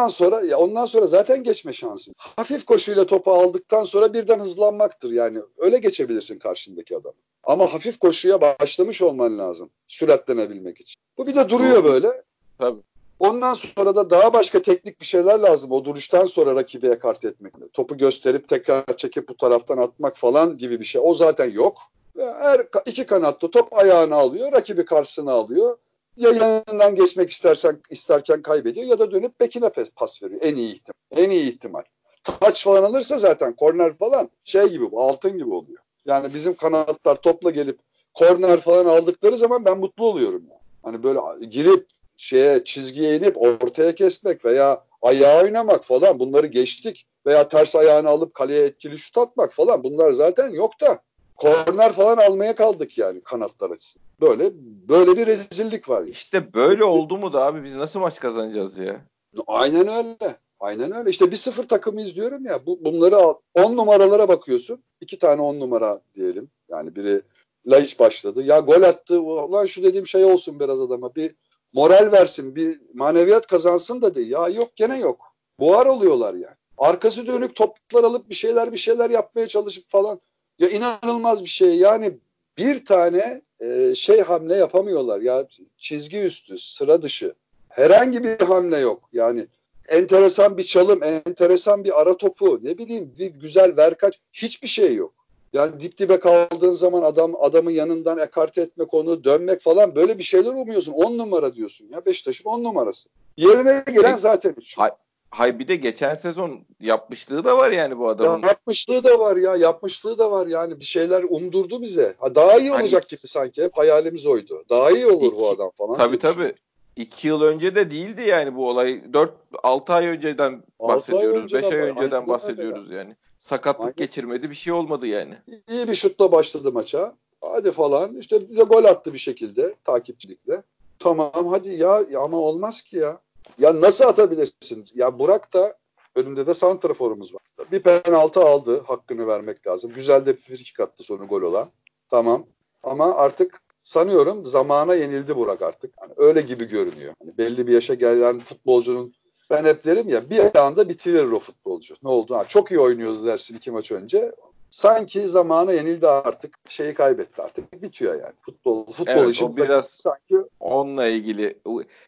ondan sonra zaten geçme şansın. Hafif koşuyla topu aldıktan sonra birden hızlanmaktır yani. Öyle geçebilirsin karşındaki adamı. Ama hafif koşuya başlamış olman lazım süratlenebilmek için. Bu bir de duruyor böyle. Tabii. Ondan sonra da daha başka teknik bir şeyler lazım. O duruştan sonra rakibi ekart etmek. Topu gösterip tekrar çekip bu taraftan atmak falan gibi bir şey. O zaten yok. Her iki kanatta top ayağını alıyor, rakibi karşısına alıyor. Ya yanından geçmek isterken kaybediyor ya da dönüp bekine pas veriyor. En iyi ihtimal. En iyi ihtimal. Taç falan alırsa zaten korner falan şey gibi, altın gibi oluyor. Yani bizim kanatlar topla gelip korner falan aldıkları zaman ben mutlu oluyorum. Yani. Hani böyle girip çizgiye inip ortaya kesmek veya ayağa oynamak falan, bunları geçtik. Veya ters ayağını alıp kaleye etkili şut atmak falan, bunlar zaten yok da korner falan almaya kaldık yani kanatlar açısından. Böyle bir rezillik var. İşte böyle oldu mu da abi biz nasıl maç kazanacağız ya? Aynen öyle. Aynen öyle. İşte 1-0 takımı izliyorum ya. Bunları 10 numaralara bakıyorsun. 2 tane 10 numara diyelim. Yani biri Laiç başladı. Ya gol attı. Ulan şu dediğim şey olsun biraz adama. Bir moral versin. Bir maneviyat kazansın da değil. Ya yok, gene yok. Buhar oluyorlar yani. Arkası dönük toplar alıp bir şeyler yapmaya çalışıp falan. Ya inanılmaz bir şey. Yani bir tane hamle yapamıyorlar. Ya çizgi üstü, sıra dışı. Herhangi bir hamle yok. Yani enteresan bir çalım, enteresan bir ara topu, ne bileyim bir güzel verkaç, hiçbir şey yok. Yani dip dibe kaldığın zaman adamın yanından ekarte etmek, onu dönmek falan, böyle bir şeyler umuyorsun. 10 numara diyorsun ya, Beşiktaş'ın 10 numarası. Yerine gelen zaten 3. Hay bir de geçen sezon yapmışlığı da var yani bu adamın. Yapmışlığı da var ya, yapmışlığı da var yani, bir şeyler umdurdu bize. Daha iyi Hani olacak gibi sanki, hep hayalimiz oydu. Daha iyi olur bu adam falan tabii diye tabii. düşünüyorum. 2 yıl önce de değildi yani bu olay. 4-6 ay önceden 6 ay bahsediyoruz. 5 önceden ay önceden aynen öyle ya. bahsediyoruz yani. Sakatlık Aynen. geçirmedi, bir şey olmadı yani. İyi bir şutla başladı maça. Hadi falan. İşte bize gol attı bir şekilde takipçilikle. Tamam hadi ya, ama olmaz ki ya. Ya nasıl atabilirsin? Ya Burak da, önünde de santraforumuz var. Bir penaltı aldı. Hakkını vermek lazım. Güzel de bir frikik attı sonu gol olan. Tamam. Ama artık sanıyorum zamana yenildi Burak artık. Yani öyle gibi görünüyor. Yani belli bir yaşa gelen futbolcunun, ben hep derim ya, bir anda bitirir o futbolcu. Ne oldu? Ha, çok iyi oynuyordu dersin 2 maç önce. Sanki zamana yenildi artık. Şeyi kaybetti artık. Bitiyor yani. Futbol Evet, işi o bırakıldı. biraz Sanki onunla ilgili.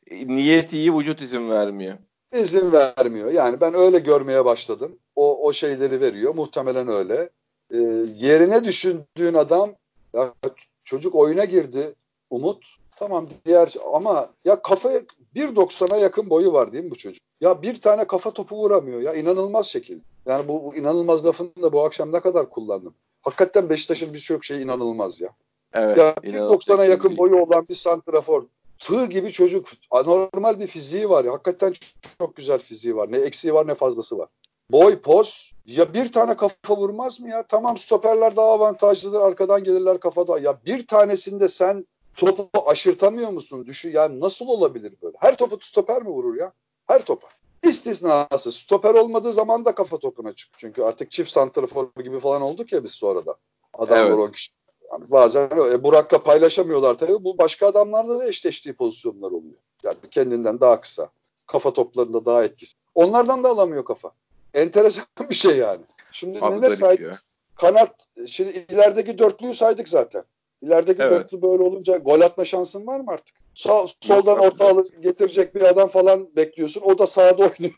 Niyet iyi, vücut izin vermiyor. izin vermiyor. Yani ben öyle görmeye başladım. O şeyleri veriyor. Muhtemelen öyle. Ee, Yerine düşündüğün adam, ya çocuk oyuna girdi. Umut. Tamam, ama ya kafaya 1.90'a yakın boyu var değil mi bu çocuk? Ya bir tane kafa topu vuramıyor ya, inanılmaz şekilde. Yani bu inanılmaz lafını da bu akşam ne kadar kullandım. Hakikaten Beşiktaş'ın birçok şeyi inanılmaz ya. Evet, Ya inanılacak 1.90'a gibi yakın değil. boyu olan bir santrafor. Tığ gibi çocuk. Anormal bir fiziği var ya. Hakikaten çok güzel fiziği var. Ne eksiği var ne fazlası var. Boy, poz. Ya bir tane kafa vurmaz mı ya? Tamam, stoperler daha avantajlıdır. Arkadan gelirler kafada. Ya bir tanesinde sen topu aşırtamıyor musun? Düşün ya, nasıl olabilir böyle? Her topu stoper mi vurur ya? Her topa. İstisnası. Stoper olmadığı zaman da kafa topuna çık. Çünkü artık çift santrafor gibi falan olduk ya biz sonra da. Adamlar Evet. 10 kişi. Yani bazen Burak'la paylaşamıyorlar tabii. Bu başka adamlarda da eşleştiği pozisyonlar oluyor. Yani kendinden daha kısa. Kafa toplarında daha etkisiz. Onlardan da alamıyor kafa. Enteresan bir şey yani. Şimdi Abi ne garip saydık? ya. Kanat. Şimdi ilerideki dörtlüyü saydık zaten. İlerideki Evet. dörtlü böyle olunca gol atma şansın var mı artık? Yok Soldan artık, orta evet. getirecek bir adam falan bekliyorsun. O da sağda oynuyor.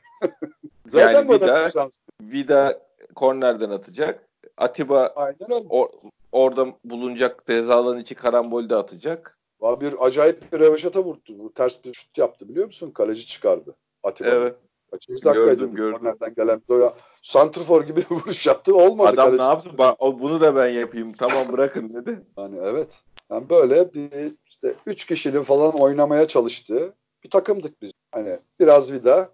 Zaten Yani gol atma şansı. Vida kornerden atacak. Atiba Aynen öyle. orada bulunacak, ceza alanı içi karambolde atacak. Bir acayip bir röveşata vurdu. Ters bir şut yaptı biliyor musun? Kaleci çıkardı Atiba'yı. Evet. Kaçıncı Gördüm dakikaydı? gördüm. Kornerden gelen doya santrfor gibi bir vuruş yaptı. Olmadı, Adam ne kaleci. yapsın? Bunu da ben yapayım. Tamam, bırakın dedi. Yani evet. Yani böyle bir işte 3 kişinin falan oynamaya çalıştığı bir takımdık biz. Hani biraz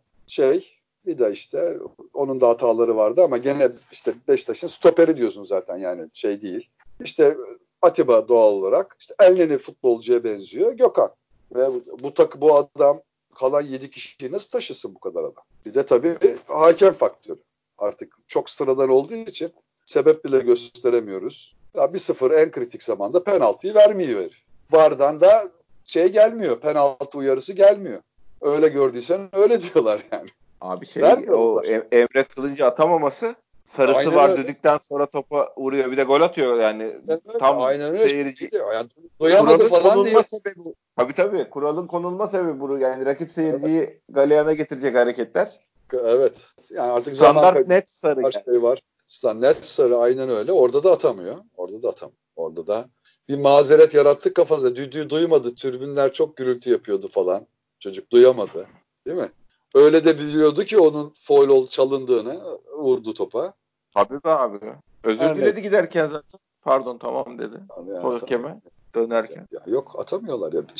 Vida işte, onun da hataları vardı ama gene işte Beşiktaş'ın stoperi diyorsun zaten, yani şey değil. İşte Atiba doğal olarak işte Elneny futbolcuya benziyor. Gökhan. Ve bu adam, kalan 7 kişiyi nasıl taşısın bu kadar adam? Bir de tabii hakem faktörü. Artık çok sıradan olduğu için sebep bile gösteremiyoruz. Ya 1-0 en kritik zamanda penaltıyı vermiyor herif. VAR'dan da gelmiyor, penaltı uyarısı gelmiyor. Öyle gördüysen öyle diyorlar yani. Abi o Vermiyorlar. Emre Kılınç'ı atamaması, sarısı Aynen var öyle. dedikten sonra topa vuruyor, bir de gol atıyor yani, Aynen öyle. tam Aynen öyle. seyirci. Yani duyamadı Kuralın falan konulma diye. sebebi. Tabii kuralın konulma sebebi bu. Yani rakip Evet. seyirciyi galeyana getirecek hareketler. Evet. Yani artık zaman Standart kaybı, net sarı her yani. şey var. Net sarı aynen öyle. Orada da atamıyor. Orada da bir mazeret yarattık kafasında. Düdüğü duymadı. Tribünler çok gürültü yapıyordu falan. Çocuk duyamadı. Değil mi? Öyle de biliyordu ki onun çalındığını vurdu topa. Tabii be abi. Özür Her neyse. diledi giderken zaten. Pardon, tamam dedi. Yani, Hakeme dönerken. ya yok atamıyorlar ya.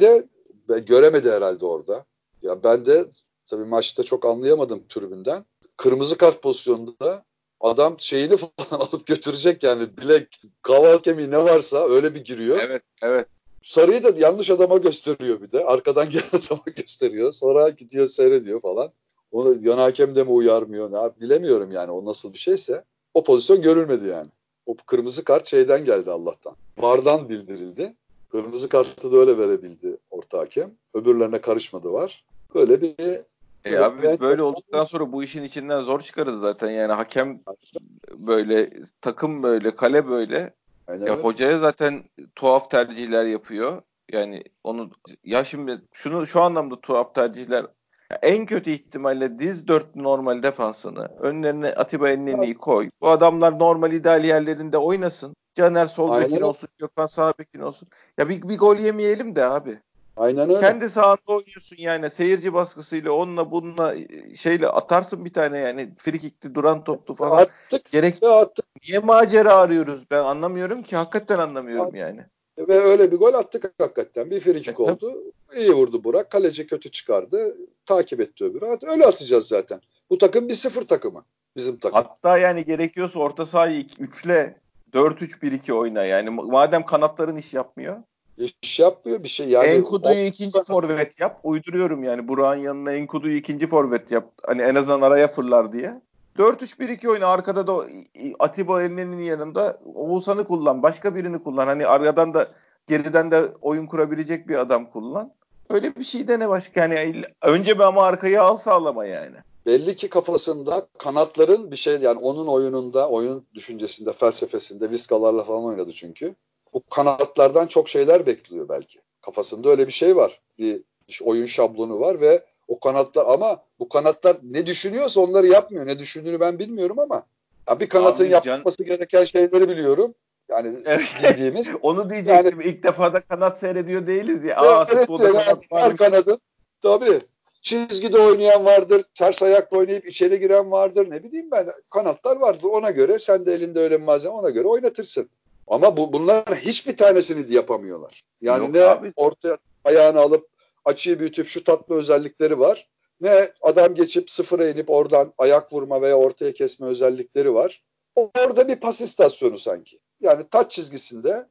Göremedi herhalde orada. Ya ben de tabii maçta çok anlayamadım tribünden. Kırmızı kart pozisyonunda adam şeyini falan alıp götürecek yani bilek, kaval kemiği ne varsa öyle bir giriyor. Evet, evet. Sarıyı da yanlış adama gösteriyor bir de. Arkadan gelen adama gösteriyor. Sonra gidiyor seyrediyor falan. Onu yan hakem de mi uyarmıyor? Bilemiyorum yani o nasıl bir şeyse. O pozisyon görülmedi yani. O kırmızı kart şeyden geldi Allah'tan. VAR'dan bildirildi. Kırmızı kartı da öyle verebildi orta hakem. Öbürlerine karışmadı var. Böyle bir Abi biz böyle enteresan. olduktan sonra bu işin içinden zor çıkarız zaten. Yani hakem böyle, takım böyle, kale böyle. Aynen öyle. Hocaya zaten tuhaf tercihler yapıyor. Yani onu, ya şimdi şu anlamda tuhaf tercihler. Ya en kötü ihtimalle diz dört normal defansını. Önlerine Atiba Elneni'yi koy. Bu adamlar normal ideal yerlerinde oynasın. Caner sol Aynen bekin öyle. olsun, Gökhan sağ bekin olsun. Ya bir gol yemeyelim de abi. Aynen öyle. Kendi sahanda oynuyorsun yani, seyirci baskısıyla onunla bununla şeyle atarsın bir tane, yani frikikli duran toplu Ve falan. attık Gerek, ve attık. niye macera arıyoruz, ben anlamıyorum ki, hakikaten anlamıyorum yani. Ve öyle bir gol attık hakikaten. Bir frikik Tabii. oldu. İyi vurdu Burak. Kaleci kötü çıkardı. Takip etti öbürü. Öyle atacağız zaten. Bu takım 1-0 takımı. Bizim takım. Hatta yani gerekiyorsa orta sahayı 3'le 4-3-1-2 oyna yani, madem kanatların iş yapmıyor. İş yapmıyor bir şey. Yani Enkudu'yu ikinci forvet yap. Uyduruyorum yani. Burak'ın yanına Enkudu'yu ikinci forvet yap. Hani en azından araya fırlar diye. 4-3-1-2 oyna. Arkada da Atiba Elneni'nin yanında Oğuzhan'ı kullan. Başka birini kullan. Hani aradan da geriden de oyun kurabilecek bir adam kullan. Öyle bir şey dene başka. Yani önce bir ama arkayı al sağlama yani. belli ki kafasında kanatların bir şey yani onun oyununda, oyun düşüncesinde, felsefesinde Viskalarla falan oynadı çünkü. Bu kanatlardan çok şeyler bekliyor belki. Kafasında öyle bir şey var. Bir oyun şablonu var ve o kanatlar ama bu kanatlar ne düşünüyorsa onları yapmıyor. Ne düşündüğünü ben bilmiyorum ama ya bir kanatın Abi biz yapması gereken şeyleri biliyorum. Yani Evet. bildiğimiz. Onu Yani diyecektim. İlk defa da kanat seyrediyor değiliz ya. Futbolda öğretiyor yani kanat her varmış. kanadın tabii çizgide oynayan vardır, ters ayakla oynayıp içeri giren vardır, ne bileyim ben kanatlar vardır. Ona göre sen de elinde öyle bir malzeme ona göre oynatırsın. Ama bunlar hiçbir tanesini yapamıyorlar. Yani Yok ne abi. ortaya ayağını alıp açıyı büyütüp şu tatlı özellikleri var. Ne adam geçip sıfıra inip oradan ayak vurma veya ortaya kesme özellikleri var. Orada bir pas istasyonu sanki. Yani taç çizgisinde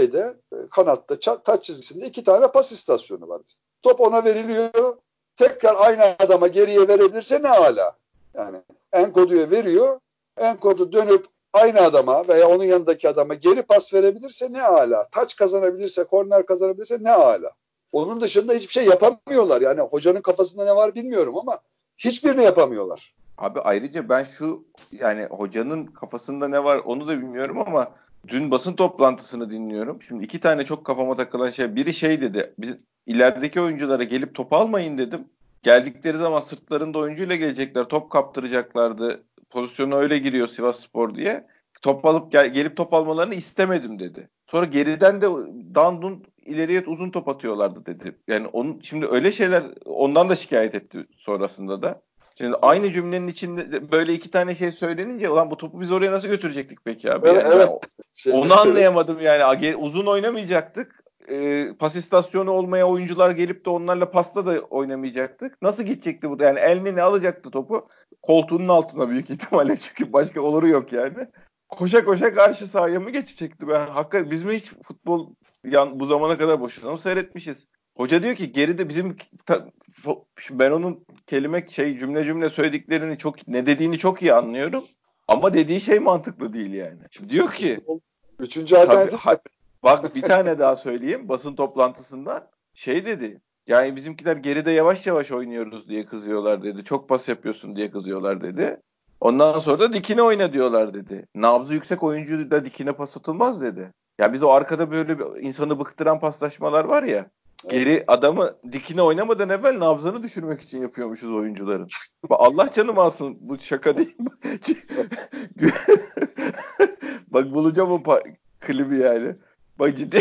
kanatta taç çizgisinde 2 tane pas istasyonu var. Top ona veriliyor. Tekrar aynı adama geriye verebilirse ne hala. Yani Enkodu'ya veriyor. Enkodu dönüp aynı adama veya onun yanındaki adama geri pas verebilirse ne hala. Taç kazanabilirse, korner kazanabilirse ne hala. Onun dışında hiçbir şey yapamıyorlar. Yani hocanın kafasında ne var bilmiyorum ama hiçbirini yapamıyorlar. Abi ayrıca ben yani hocanın kafasında ne var onu da bilmiyorum ama dün basın toplantısını dinliyorum. Şimdi iki tane çok kafama takılan şey. Biri şey dedi. Biz ilerideki oyunculara gelip top almayın dedim. Geldikleri zaman sırtlarında oyuncuyla gelecekler. Top kaptıracaklardı. Pozisyona öyle giriyor Sivasspor diye. Top alıp gelip top almalarını istemedim dedi. Sonra geriden de dandun ileriye uzun top atıyorlardı dedi. Yani şimdi öyle şeyler, ondan da şikayet etti sonrasında da. Şimdi aynı cümlenin içinde böyle iki tane şey söylenince, ulan bu topu biz oraya nasıl götürecektik peki abi? Evet, Yani ben evet. onu Evet. anlayamadım yani. Uzun oynamayacaktık. Pas istasyonu olmaya oyuncular gelip de onlarla pasta da oynamayacaktık. Nasıl gidecekti bu? Yani Elneni alacaktı topu koltuğunun altına büyük ihtimalle, çünkü başka oluru yok yani. Koşa koşa karşı sahaya mı geçecekti? Ben hakikaten, biz mi hiç futbol bu zamana kadar boşuna mı seyretmişiz? Hoca diyor ki geride ben onun cümle cümle söylediklerini, çok ne dediğini çok iyi anlıyorum. Ama dediği şey mantıklı değil yani. Şimdi diyor ki üçüncü alternatif. Bak bir tane daha söyleyeyim. Basın toplantısından şey dedi. Yani bizimkiler geride yavaş yavaş oynuyoruz diye kızıyorlar dedi. Çok pas yapıyorsun diye kızıyorlar dedi. Ondan sonra da dikine oyna diyorlar dedi. Nabzı yüksek oyuncu da dikine pas atılmaz dedi. Ya biz o arkada böyle bir insanı bıktıran paslaşmalar var ya. Geri adamı dikine oynamadan evvel nabzını düşürmek için yapıyormuşuz oyuncuların. Bak Allah canımı alsın, bu şaka değil mi? Bak bulacağım o klibi yani. Bak ciddi.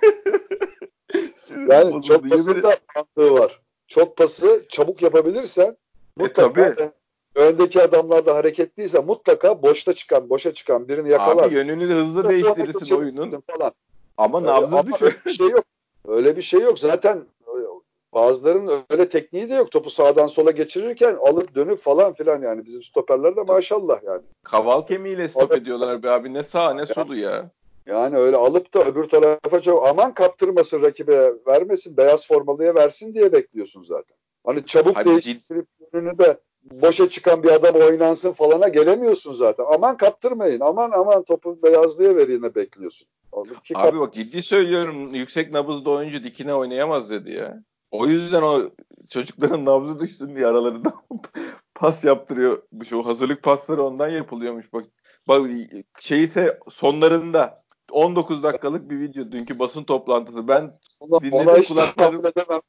Yani çok pasında mantığı var. Çok pası çabuk yapabilirsen mutlaka tabii. öndeki adamlar da hareketliyse mutlaka boşa çıkan birini yakalarsın. Abi yönünü de hızlı değiştirirsin oyunun. Falan. Ama nabzı düşür. Öyle bir şey yok. Öyle bir şey yok. Zaten bazılarının öyle tekniği de yok. Topu sağdan sola geçirirken alıp dönüp falan filan yani. Bizim stoperler de maşallah yani. Kaval kemiğiyle stop ediyorlar be abi. Ne sağ ne solu ya. Yani öyle alıp da öbür tarafa çok aman kaptırmasın, rakibe vermesin, beyaz formalıya versin diye bekliyorsun zaten. Hani çabuk değiştirip önünü de boşa çıkan bir adam oynansın falana gelemiyorsun zaten. Aman kaptırmayın, aman topu beyazlıya vereyim bekliyorsun. Abi bak ciddi söylüyorum, yüksek nabızlı oyuncu dikine oynayamaz dedi ya. O yüzden o çocukların nabzı düşsün diye aralarında pas yaptırıyor. Şu hazırlık pasları ondan yapılıyormuş. Bak şeyse sonlarında 19 dakikalık bir video dünkü basın toplantısı. Ben dinledim kulaklarım.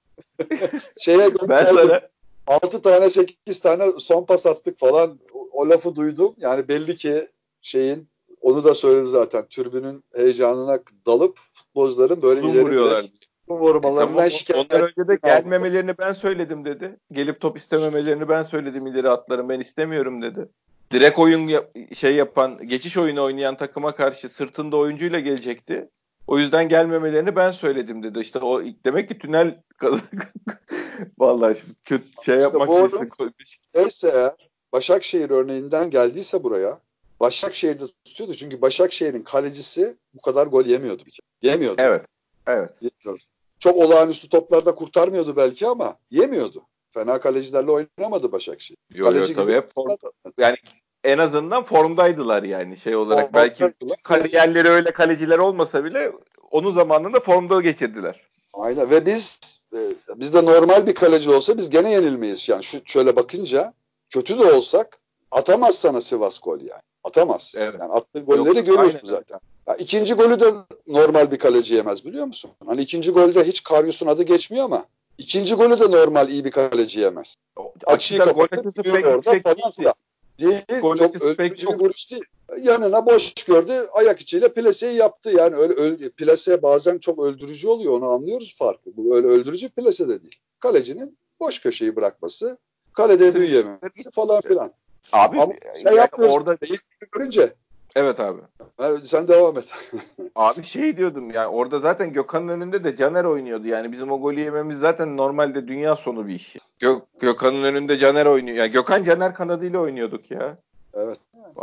Ben sana 6 tane 8 tane son pas attık falan, o lafı duydum. Yani belli ki onu da söyledi zaten. Tribünün heyecanına dalıp futbolcuların böyle uzun ileri vuruyorlar. vurmalarından Tamam, şikayet. ondan önce de gelmemelerini ben söyledim dedi. Gelip top istememelerini ben söyledim, ileri atların, ben istemiyorum dedi. Direkt oyun yapan, geçiş oyunu oynayan takıma karşı sırtında oyuncuyla gelecekti. O yüzden gelmemelerini ben söyledim dedi. İşte o demek ki tünel vallahi kötü yapmak bu işte. neyse, eğer Başakşehir örneğinden geldiyse buraya, Başakşehir'de tutuyordu. Çünkü Başakşehir'in kalecisi bu kadar gol yemiyordu bir kere. Yemiyordu. Evet. Evet. Yemiyordu. Çok olağanüstü toplarda kurtarmıyordu belki ama yemiyordu. Fena kalecilerle oynamadı Başakşehir. Yo, tabii hep yani en azından formdaydılar yani şey olarak. Belki kariyerleri öyle kaleciler olmasa bile onun zamanında formda geçirdiler. Aynen, ve biz de normal bir kaleci olsa biz gene yenilmeyiz. Yani şöyle bakınca kötü de olsak atamaz sana Sivas gol yani. Atamaz. Evet. Yani attığı golleri görüyorsun zaten. Ya ikinci golü de normal bir kaleci yemez, biliyor musun? Hani ikinci golde hiç Karius'un adı geçmiyor ama ikinci golü de normal iyi bir kaleci yemez. Açıyı kapatıp orada falan filan. Değil, çok öldürücü bir vuruş değil. Yanına boş gördü, ayak içiyle plaseyi yaptı. Yani öyle plase bazen çok öldürücü oluyor, onu anlıyoruz farkı. Bu öyle öldürücü plase de değil. Kalecinin boş köşeyi bırakması, kalede büyüyememesi falan filan. Abi ama yani orada değil görünce. Evet abi. Sen devam et. Abi şey diyordum yani, orada zaten Gökhan'ın önünde de Caner oynuyordu. Yani bizim o golü yememiz zaten normalde dünya sonu bir iş. Gökhan'ın önünde Caner oynuyor. Yani Gökhan Caner kanadıyla oynuyorduk ya. Evet.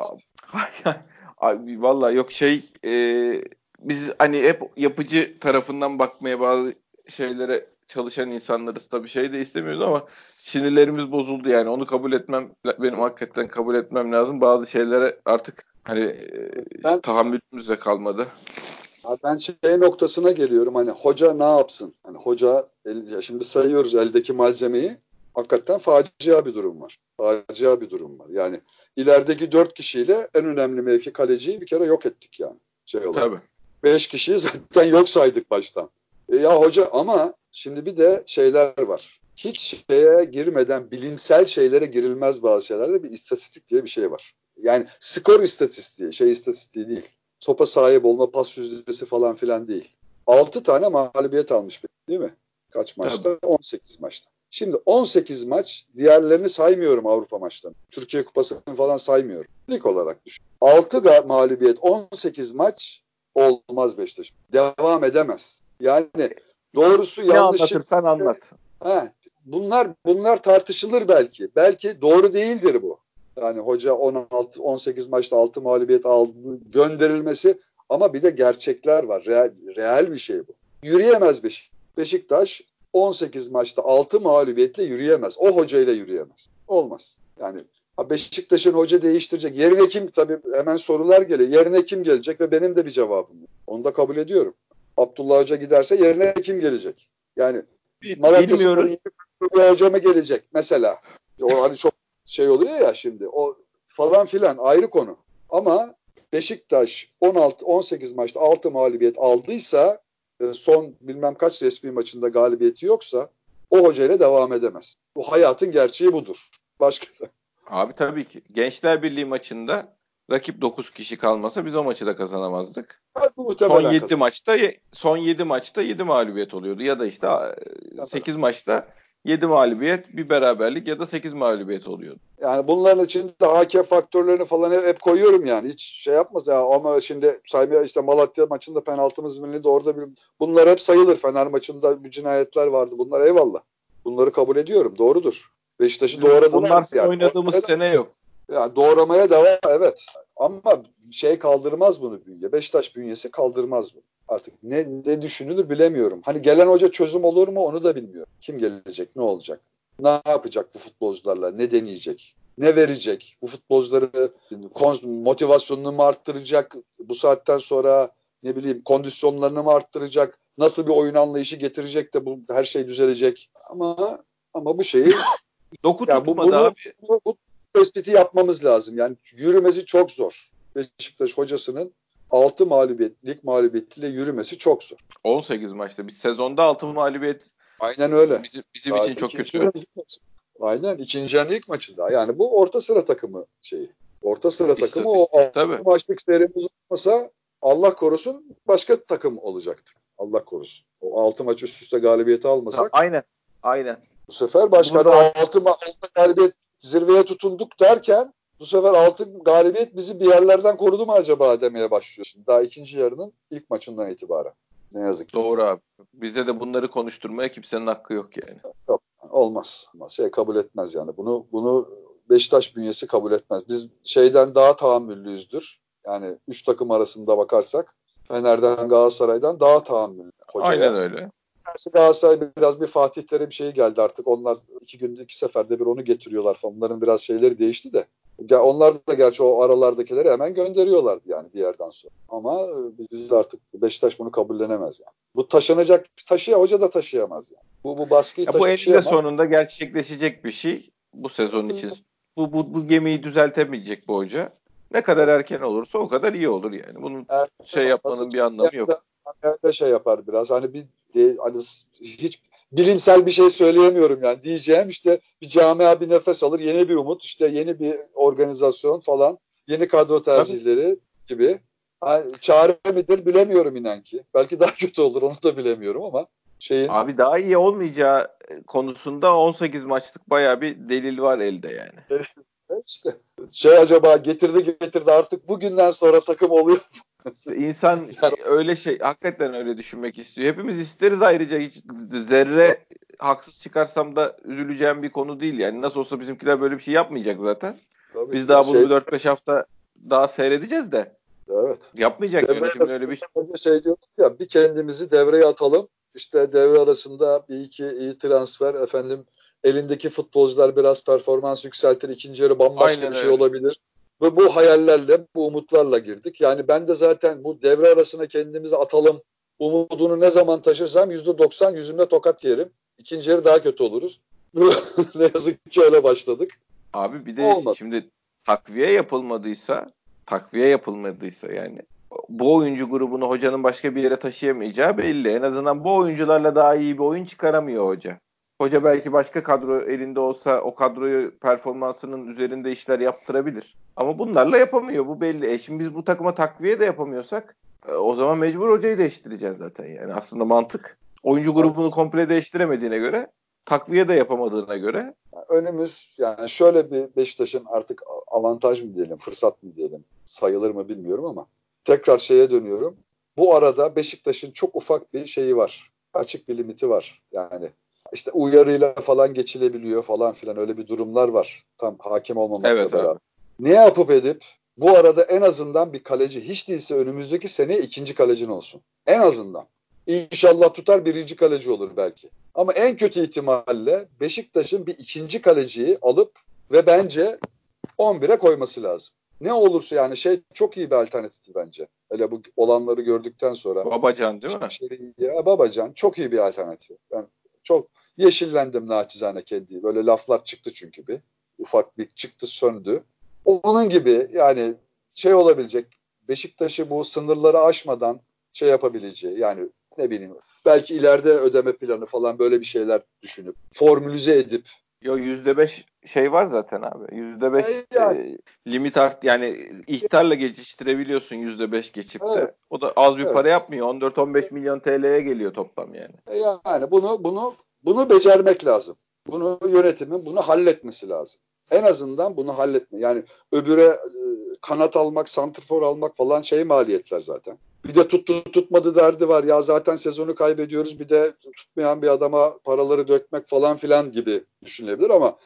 Abi vallahi yok biz hani hep yapıcı tarafından bakmaya, bazı şeylere çalışan insanlarız, tabii şey de istemiyoruz ama sinirlerimiz bozuldu yani, onu kabul etmem, benim hakikaten kabul etmem lazım. Bazı şeylere artık hani tahammülümüz de kalmadı. Ben noktasına geliyorum, hani hoca ne yapsın? Hani hoca şimdi sayıyoruz eldeki malzemeyi, hakikaten facia bir durum var. Facia bir durum var. Yani ilerideki 4 kişiyle en önemli mevki kaleciyi bir kere yok ettik yani. Tabii. 5 kişiyi zaten yok saydık baştan. Ya hoca, ama şimdi bir de şeyler var. Hiç şeye girmeden bilimsel şeylere girilmez bazı şeylerde. Bir istatistik diye bir şey var. Yani skor istatistiği, istatistiği değil. Topa sahip olma, pas yüzdesi falan filan değil. 6 tane mağlubiyet almış değil mi? Kaç maçta? Tabii. 18 maçta. Şimdi 18 maç, diğerlerini saymıyorum Avrupa maçlarını. Türkiye Kupası'nı falan saymıyorum. Lig olarak düşün. 6 mağlubiyet, 18 maç olmaz Beşiktaş. Devam edemez. Yani doğrusu yanlışı... Ne anlatırsan anlat. Bunlar tartışılır belki. Belki doğru değildir bu. Yani hoca 18 maçta 6 mağlubiyet aldı, gönderilmesi, ama bir de gerçekler var. Real bir şey bu. Yürüyemez Beşiktaş 18 maçta 6 mağlubiyetle yürüyemez. O hocayla yürüyemez. Olmaz. Yani Beşiktaş'ın hoca değiştirecek. Yerine kim? Tabii hemen sorular geliyor. Yerine kim gelecek? Ve benim de bir cevabım yok. Onu da kabul ediyorum. Abdullah Hoca giderse yerine kim gelecek? Yani Malatyaspor'un Bilmiyoruz. yeni bir hoca mı gelecek mesela? O hani çok şey oluyor ya şimdi. O falan filan ayrı konu. Ama Beşiktaş 18 maçta 6 mağlubiyet aldıysa son bilmem kaç resmi maçında galibiyeti yoksa o hocayla devam edemez. Bu hayatın gerçeği budur. Başka Abi tabii ki. Gençler Birliği maçında rakip 9 kişi kalmasa biz o maçı da kazanamazdık. Son muhtemelen 7 kazanır. maçta son 7 maçta 7 mağlubiyet oluyordu ya da işte 8 maçta 7 mağlubiyet, bir beraberlik ya da 8 mağlubiyet oluyordu. Yani bunların içinde hakem faktörlerini falan hep koyuyorum yani. Hiç şey yapmaz ya, ama şimdi saymaya işte Malatya maçında penaltımız milli de orada bunlar hep sayılır. Fener maçında bir cinayetler vardı. Bunlar eyvallah. Bunları kabul ediyorum. Doğrudur. Beşiktaş'ı Bizim doğradılar onlarsız yani. oynadığımız sene yok. Yani doğramaya devam, evet. Ama şey kaldırmaz bunu bünye. Beşiktaş bünyesi kaldırmaz bunu. Artık ne düşünülür bilemiyorum. Hani gelen hoca çözüm olur mu onu da bilmiyorum. Kim gelecek, ne olacak? Ne yapacak bu futbolcularla? Ne deneyecek? Ne verecek? Bu futbolcuları motivasyonunu mu arttıracak? Bu saatten sonra ne bileyim kondisyonlarını mı arttıracak? Nasıl bir oyun anlayışı getirecek de bu her şey düzelecek? Ama bu şeyi Doku yani tutmadı abi. bu tespiti yapmamız lazım. Yani yürümesi çok zor. Beşiktaş hocasının 6 mağlubiyet, lig mağlubiyetiyle yürümesi çok zor. 18 maçta. Bir sezonda 6 mağlubiyet Aynen öyle. bizim Daha için çok ikinci kötü. ilk maçı. Aynen ikinci yarının ilk maçında. Yani bu orta sıra takımı şeyi. Orta sıra takımı o İstatistik 6 tabii. maçlık serimiz olmasa Allah korusun başka takım olacaktı. Allah korusun. O 6 maç üst üste galibiyeti almasak Aynen. Aynen. bu sefer başka Burada o 6 galibiyet zirveye tutunduk derken bu sefer 6 galibiyet bizi bir yerlerden korudu mu acaba demeye başlıyor. Şimdi daha ikinci yarının ilk maçından itibaren. Ne yazık ki. doğru abi. Bize de bunları konuşturmaya kimsenin hakkı yok yani. Yok, olmaz. Şey kabul etmez yani. Bunu Beşiktaş bünyesi kabul etmez. Biz şeyden daha tahammüllüyüzdür. Yani 3 takım arasında bakarsak Fener'den Galatasaray'dan daha tahammüllü Aynen hocaya. öyle. Gerçi Galatasaray biraz bir Fatih Terim şeyi geldi artık. Onlar 2 günde 2 seferde bir onu getiriyorlar falan. Onların biraz şeyleri değişti de. Onlar da gerçi o aralardakileri hemen gönderiyorlardı yani bir yerden sonra. Ama biz artık Beşiktaş bunu kabullenemez yani. Bu taşınacak, hoca da taşıyamaz yani. Bu baskıyı Ya bu eninde taşıyamaz. sonunda gerçekleşecek bir şey bu sezon için. Bu gemiyi düzeltemeyecek bu hoca. Ne kadar erken olursa o kadar iyi olur yani. Bunun şey Nasıl yapmanın bir anlamı yok. şey yapar biraz. Hani hiç bilimsel bir şey söyleyemiyorum yani. Diyeceğim işte bir camia bir nefes alır, yeni bir umut, işte yeni bir organizasyon falan, yeni kadro Tabii. tercihleri gibi. Hani çare midir bilemiyorum inan ki. Belki daha kötü olur onu da bilemiyorum ama şeyin Abi daha iyi olmayacağı konusunda 18 maçlık bayağı bir delil var elde yani. işte şey acaba getirdi artık bugünden sonra takım oluyor. İşte insan Yani öyle şey hakikaten öyle düşünmek istiyor. Hepimiz isteriz, ayrıca hiç zerre haksız çıkarsam da üzüleceğim bir konu değil yani. Nasıl olsa bizimkiler böyle bir şey yapmayacak zaten. tabii Biz ya daha bunu bir 4-5 hafta daha seyredeceğiz de. evet. Yapmayacak Devre yönetimin öyle bir şey. arasında şey diyorduk ya, bir kendimizi devreye atalım. İşte devre arasında bir iki iyi transfer, efendim elindeki futbolcular biraz performans yükseltir. İkinci yarı bambaşka Aynen bir şey öyle. olabilir. Ve bu hayallerle, bu umutlarla girdik. Yani ben de zaten bu devre arasına kendimizi atalım umudunu ne zaman taşırsam %90 yüzümde tokat yerim. İkinci yarı daha kötü oluruz. Ne yazık ki öyle başladık. Abi bir de Olmadı. şimdi takviye yapılmadıysa yani bu oyuncu grubunu hocanın başka bir yere taşıyamayacağı belli. En azından bu oyuncularla daha iyi bir oyun çıkaramıyor hoca. Hoca belki başka kadro elinde olsa o kadroyu performansının üzerinde işler yaptırabilir. Ama bunlarla yapamıyor, bu belli. Şimdi biz bu takıma takviye de yapamıyorsak o zaman mecbur hocayı değiştireceğiz zaten yani. Aslında mantık. Oyuncu grubunu komple değiştiremediğine göre, takviye de yapamadığına göre. Önümüz yani şöyle bir Beşiktaş'ın artık avantaj mı diyelim, fırsat mı diyelim, sayılır mı bilmiyorum ama tekrar şeye dönüyorum. Bu arada Beşiktaş'ın çok ufak bir şeyi var. Açık bir limiti var. Yani işte uyarıyla falan geçilebiliyor falan filan, öyle bir durumlar var. Tam hakim olmamakla Evet beraber. abi. Ne yapıp edip bu arada en azından bir kaleci, hiç değilse önümüzdeki sene ikinci kalecin olsun. En azından. İnşallah tutar, birinci kaleci olur belki. Ama en kötü ihtimalle Beşiktaş'ın bir ikinci kaleciyi alıp ve bence 11'e koyması lazım. Ne olursa yani çok iyi bir alternatif bence. Hele bu olanları gördükten sonra. Babacan değil mi? Ya Babacan çok iyi bir alternatif. Ben çok yeşillendim naçizane kendi. Böyle laflar çıktı çünkü bir. Ufak bir çıktı söndü. Onun gibi yani olabilecek, Beşiktaş'ı bu sınırları aşmadan yapabileceği, yani ne bileyim, belki ileride ödeme planı falan böyle bir şeyler düşünüp formülize edip Yo, %5 şey var zaten abi. %5 yani limit yani ihtarla geçiştirebiliyorsun %5 geçip evet, de. O da az bir evet. para yapmıyor. 14-15 milyon TL'ye geliyor toplam yani. Yani bunu becermek lazım. Bunu yönetimin bunu halletmesi lazım. En azından bunu halletme. Yani öbüre kanat almak, santrfor almak falan maliyetler zaten. Bir de tuttu tutmadı derdi var. Ya zaten sezonu kaybediyoruz. Bir de tutmayan bir adama paraları dökmek falan filan gibi düşünülebilir ama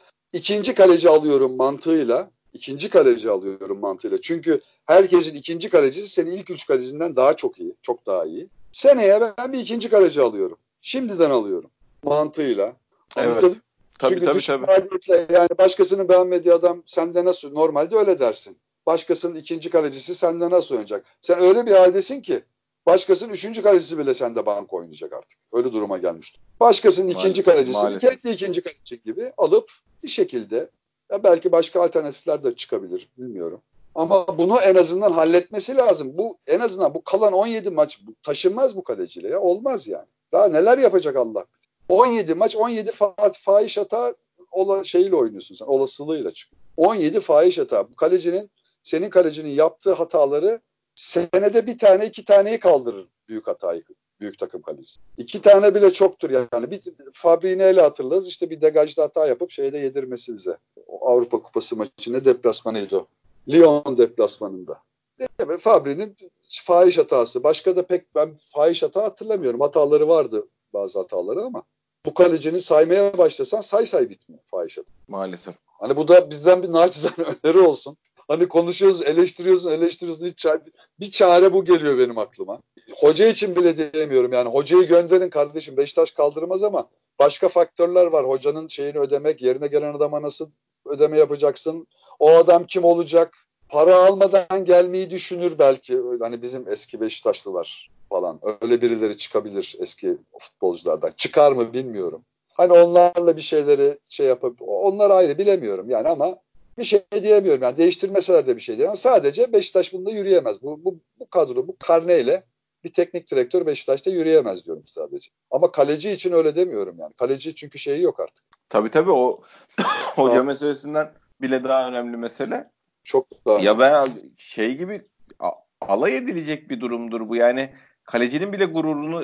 ikinci kaleci alıyorum mantığıyla. Çünkü herkesin ikinci kalecisi senin ilk üç kalecisinden daha çok iyi. Çok daha iyi. Seneye ben bir ikinci kaleci alıyorum. Şimdiden alıyorum mantığıyla. Evet. Anlatabildim. Tabii Çünkü tabii düşük tabii. maliyetle, yani başkasının beğenmediği adam sende nasıl? Normalde öyle dersin. Başkasının ikinci kalecisi sende nasıl oynayacak? Sen öyle bir haldesin ki başkasının üçüncü kalecisi bile sende banko oynayacak artık. Öyle duruma gelmiştir. Başkasının ikinci kalecisini Maalesef. kendi ikinci kaleci gibi alıp bir şekilde, ya belki başka alternatifler de çıkabilir, bilmiyorum. Ama bunu en azından halletmesi lazım. Bu en azından bu kalan 17 maç taşınmaz bu kaleciyle ya. Olmaz yani. Daha neler yapacak Allah. 17 maç 17 fahiş hata şeyle oynuyorsun sen. Olasılığıyla çıkıyor. 17 fahiş hata. Bu senin kalecinin yaptığı hataları senede bir tane iki taneyi kaldırır büyük hatayı. Büyük takım kalecisi. İki tane bile çoktur yani. Bir Fabri'yi neyle hatırlarız? İşte bir degajda hata yapıp yedirmesi bize. O Avrupa Kupası maçı ne deplasmanıydı o? Lyon deplasmanında. Değil mi? Fabri'nin fahiş hatası. Başka da pek ben fahiş hata hatırlamıyorum. Hataları vardı, bazı hataları, ama bu kalecinin saymaya başlasan say bitmiyor fahiş hata. Maalesef. Hani bu da bizden bir naçizane öneri olsun. Hani konuşuyoruz, eleştiriyorsun. Bir çare bu geliyor benim aklıma. Hoca için bile diyemiyorum yani. Hocayı gönderin kardeşim. Beşiktaş kaldırmaz ama başka faktörler var. Hocanın ödemek, yerine gelen adama nasıl ödeme yapacaksın? O adam kim olacak? Para almadan gelmeyi düşünür belki. Hani bizim eski Beşiktaşlılar falan. Öyle birileri çıkabilir eski futbolculardan. Çıkar mı bilmiyorum. Hani onlarla bir şeyleri yapıp, onlar ayrı, bilemiyorum yani, ama bir şey diyemiyorum. Yani değiştirmeseler de bir şey diyemem. Sadece Beşiktaş bunda yürüyemez. Bu kadro, bu karneyle bir teknik direktör Beşiktaş'ta yürüyemez diyorum sadece. Ama kaleci için öyle demiyorum yani. Kaleci çünkü yok artık. Tabii tabii, o hoca Daha, meselesinden bile daha önemli mesele. çok daha Ya önemli. ben gibi alay edilecek bir durumdur bu. Yani kalecinin bile gururunu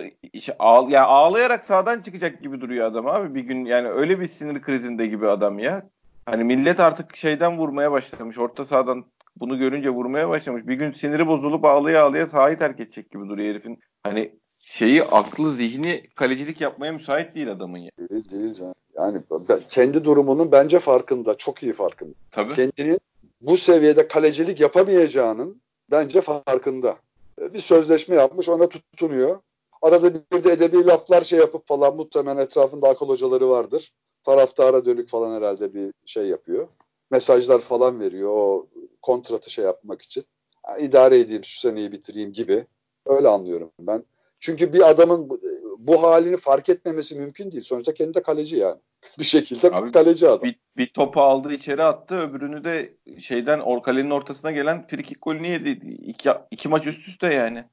ya ağlayarak sahadan çıkacak gibi duruyor adam abi. Bir gün yani öyle bir sinir krizinde gibi adam ya. Hani millet artık şeyden vurmaya başlamış. Orta sahadan bunu görünce vurmaya başlamış. Bir gün siniri bozulup ağlaya ağlaya sahayı terk edecek gibi duruyor herifin. Hani aklı zihni kalecilik yapmaya müsait değil adamın ya. Değil canım. Yani kendi durumunun bence farkında. Çok iyi farkında. Tabii. Kendini bu seviyede kalecilik yapamayacağının bence farkında. Bir sözleşme yapmış, ona tutunuyor. Arada bir de edebi laflar yapıp falan, muhtemelen etrafında akıl hocaları vardır. Taraftara dönük falan herhalde bir yapıyor. Mesajlar falan veriyor o kontratı yapmak için. Yani idare edeyim, şu seneyi bitireyim gibi. Öyle anlıyorum ben. Çünkü bir adamın bu halini fark etmemesi mümkün değil. Sonuçta kendi de kaleci yani. Bir şekilde Abi kaleci adam. bir topu aldı içeri attı. Öbürünü de kalenin ortasına gelen frikik golünü yedi. İki maç üst üste yani.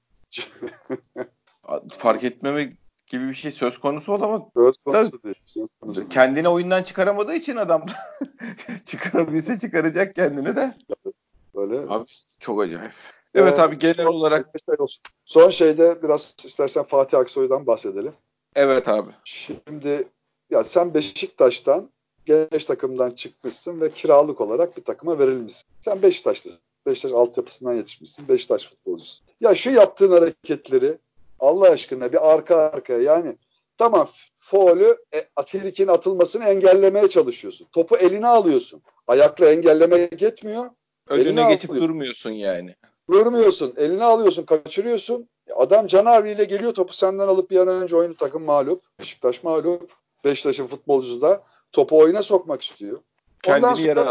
Fark etmeme gibi bir şey söz konusu olamaz. Söz Da konusu değil. Söz konusu değil. kendini oyundan çıkaramadığı için adam çıkarabilse çıkaracak kendini de. Böyle. Abi çok acayip. Evet abi, genel Son, olarak olsun. Son biraz istersen Fatih Aksoy'dan bahsedelim. evet abi. Şimdi ya sen Beşiktaş'tan, genç takımdan çıkmışsın ve kiralık olarak bir takıma verilmişsin. Sen Beşiktaşlısın. Beşiktaş altyapısından yetişmişsin. Beşiktaş futbolcusun. Ya şu yaptığın hareketleri Allah aşkına bir arka arkaya, yani tamam, faulü Atirik'in atılmasını engellemeye çalışıyorsun. Topu eline alıyorsun. Ayakla engellemek yetmiyor. Eline Önüne geçip alıyorsun. durmuyorsun yani. Görmüyorsun. Eline alıyorsun. Kaçırıyorsun. Adam canaviyle geliyor, topu senden alıp bir an önce oyunu, takım mağlup. Beşiktaş mağlup. Beşiktaş'ın futbolcusu da topu oyuna sokmak istiyor. Ondan Kendini yere sonra atıyorsun.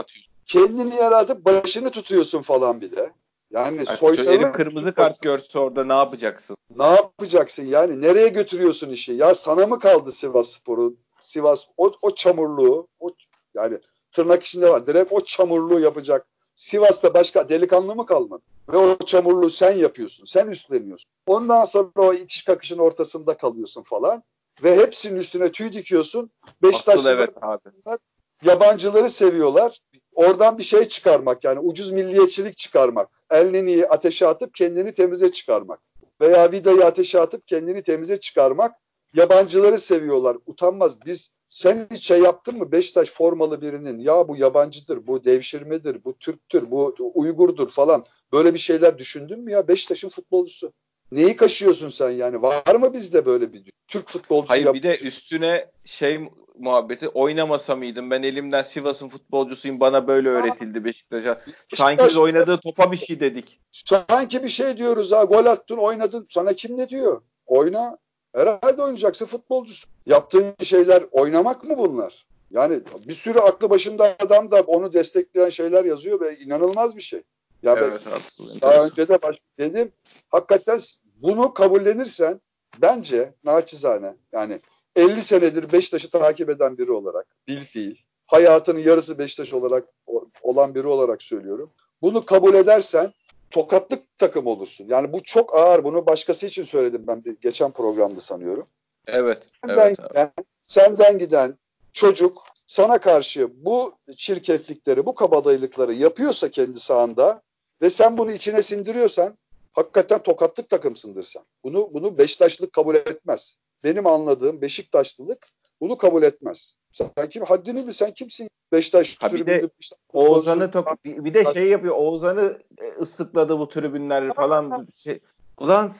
kendini yaratıp başını tutuyorsun falan bir de. Yani Herif soytarılık kırmızı kart görse orada ne yapacaksın? ne yapacaksın yani? Nereye götürüyorsun işi? Ya sana mı kaldı Sivasspor'un? Sivas o çamurluğu, yani tırnak içinde var. Direkt o çamurluğu yapacak. Sivas'ta başka delikanlı mı kalmadı? Ve o çamurluğu sen yapıyorsun. Sen üstleniyorsun. Ondan sonra o itiş kakışın ortasında kalıyorsun falan. Ve hepsinin üstüne tüy dikiyorsun. Asıl Beşiktaşlılar evet abi. yabancıları seviyorlar. Oradan bir şey çıkarmak, yani ucuz milliyetçilik çıkarmak. Elnini'yi ateşe atıp kendini temize çıkarmak. Veya Vida'yı ateşe atıp kendini temize çıkarmak. Yabancıları seviyorlar. Utanmaz. Sen hiç şey yaptın mı? Beşiktaş formalı birinin ya bu yabancıdır, bu devşirmedir, bu Türktür, bu Uygurdur falan. Böyle bir şeyler düşündün mü ya? Beşiktaş'ın futbolcusu. Neyi kaşıyorsun sen yani? Var mı bizde böyle bir Türk futbolcusu Hayır bir de üstüne muhabbeti oynamasa mıydım? Ben elimden Sivas'ın futbolcusuyum. Bana böyle öğretildi Beşiktaş'a. Sanki biz Beşiktaş oynadığı topa bir şey dedik. sanki bir şey diyoruz ha, gol attın oynadın, sana kim ne diyor? Oyna, herhalde oynayacaksın, futbolcusun. Yaptığın şeyler oynamak mı bunlar? Yani bir sürü aklı başında adam da onu destekleyen şeyler yazıyor ve inanılmaz bir şey. Ya ben Evet abi. daha Enteresan. önce de dedim, hakikaten bunu kabullenirsen bence naçizane, yani 50 senedir Beşiktaş'ı takip eden biri olarak bilfiil, hayatının yarısı Beşiktaş olarak olan biri olarak söylüyorum. Bunu kabul edersen tokatlık takım olursun. Yani bu çok ağır. Bunu başkası için söyledim ben geçen programda sanıyorum. Evet. Senden Evet abi. giden, senden giden çocuk sana karşı bu çirkeflikleri, bu kabadayılıkları yapıyorsa kendi sahanda ve sen bunu içine sindiriyorsan hakikaten tokatlık takımsındır sen. Bunu Beşiktaşlılık kabul etmez. Benim anladığım Beşiktaşlılık bunu kabul etmez. Sen kim? Haddini bil, sen kimsin? Beşiktaş Ha bir tribünde de Beşiktaş futbolcusu. Bir de şey yapıyor. Oğuzhan'ı ıslıkladı bu tribünler falan şey. Ulan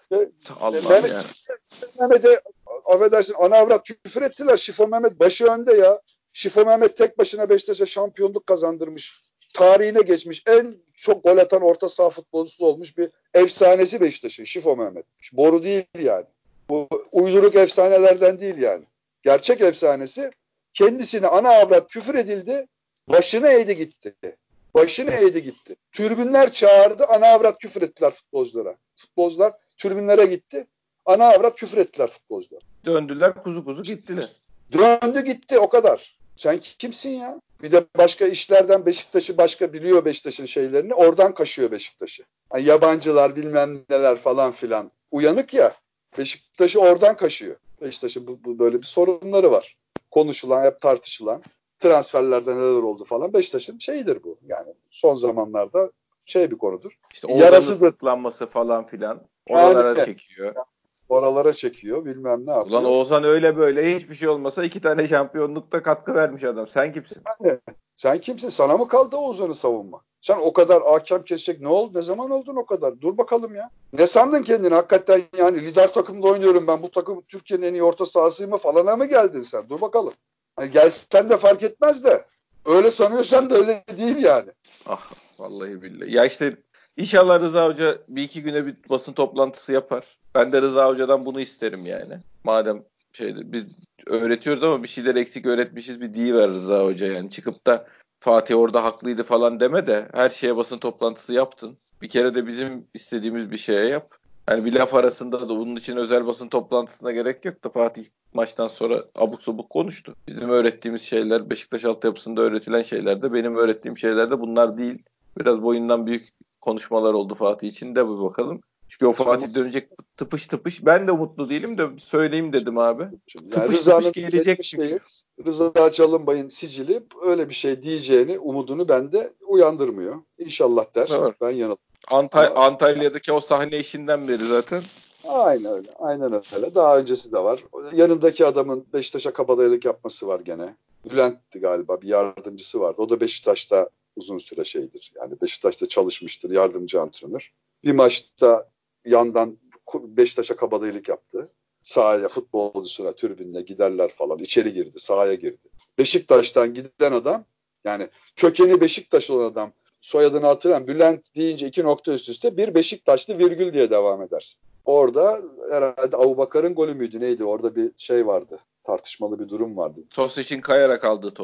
Allah'ım ya. Mehmet'e affedersin ana avrat küfür ettiler. Şifo Mehmet başı önde ya. Şifo Mehmet tek başına Beşiktaş'a şampiyonluk kazandırmış. Tarihine geçmiş en çok gol atan orta saha futbolcusu olmuş bir efsanesi Beşiktaş'ın Şifo Mehmet. Boru değil yani. Bu uyduruk efsanelerden değil yani. Gerçek efsanesi, kendisine ana avrat küfür edildi. Başını eğdi gitti. Başını eğdi gitti. Tribünler çağırdı, ana avrat küfür ettiler futbolculara. Futbolcular tribünlere gitti. Ana avrat küfür ettiler futbolcular. Döndüler kuzu kuzu gittiler. Döndü gitti, o kadar. Sen kimsin ya? Bir de başka işlerden Beşiktaş'ı başka biliyor, Beşiktaş'ın şeylerini. Oradan kaşıyor Beşiktaş'ı. Yani yabancılar bilmem neler falan filan. Uyanık ya. Beşiktaş'ı oradan kaşıyor. Beşiktaş'ın bu böyle bir sorunları var. Konuşulan, hep tartışılan. Transferlerde neler oldu falan. Beşiktaş'ın şeyidir bu. Yani son zamanlarda bir konudur. İşte Oğuzhan'ın Yarası da ıslıklanması falan filan. yani Oralara çekiyor. oralara çekiyor, bilmem ne Ulan yapıyor. Oğuzhan öyle böyle hiçbir şey olmasa 2 tane şampiyonlukta katkı vermiş adam. Sen kimsin? Yani, sen kimsin? Sana mı kaldı Oğuzhan'ı savunma? Sen o kadar hakem kesecek ne oldu? Ne zaman oldun o kadar? Dur bakalım ya. Ne sandın kendini? Hakikaten yani lider takımda oynuyorum ben. Bu takım Türkiye'nin en iyi orta sahasıyım mı falana mı geldin sen? Dur bakalım. Yani gelsen de fark etmez de. Öyle sanıyorsan da öyle değil yani. Ah vallahi billahi. Ya işte inşallah Rıza Hoca bir iki güne bir basın toplantısı yapar. Ben de Rıza Hoca'dan bunu isterim yani. Madem biz öğretiyoruz ama bir şeyler eksik öğretmişiz bir deyiver Rıza Hoca yani. Çıkıp da Fatih orada haklıydı falan deme de her şeye basın toplantısı yaptın. Bir kere de bizim istediğimiz bir şeye yap. Yani bir laf arasında da bunun için özel basın toplantısına gerek yok da Fatih maçtan sonra abuk sabuk konuştu. Bizim öğrettiğimiz şeyler Beşiktaş altyapısında öğretilen şeyler de benim öğrettiğim şeyler de bunlar değil. Biraz boyundan büyük konuşmalar oldu Fatih için de bir bakalım. Çünkü o Şimdi, Fatih dönecek tıpış tıpış. Ben de umutlu değilim de söyleyeyim dedim abi. yani Tıpış tıpış Rıza'nın gelecek çünkü. Rıza Çalınbay'ın sicili öyle bir şey diyeceğini umudunu bende uyandırmıyor. İnşallah der. Doğru. Ben yanılırım. Ama Antalya'daki o sahne işinden beri zaten. aynen öyle. Aynen öyle. Daha öncesi de var. Yanındaki adamın Beşiktaş'a kabadayılık yapması var gene. Bülent'ti galiba, bir yardımcısı vardı. O da Beşiktaş'ta uzun süre şeydir. Yani Beşiktaş'ta çalışmıştır, yardımcı antrenör. Bir maçta yandan Beşiktaş'a kabadayılık yaptı. Sahaya, futbolcusuna, tribününe giderler falan. İçeri girdi, sahaya girdi. Beşiktaş'tan giden adam, yani kökeni Beşiktaş olan adam, soyadını hatırlayan Bülent deyince 2 nokta üst üste bir Beşiktaşlı virgül diye devam edersin. Orada herhalde Abubakar'ın golü müydü neydi? Orada bir şey vardı. Tartışmalı bir durum vardı. Sos için kayarak aldığı top.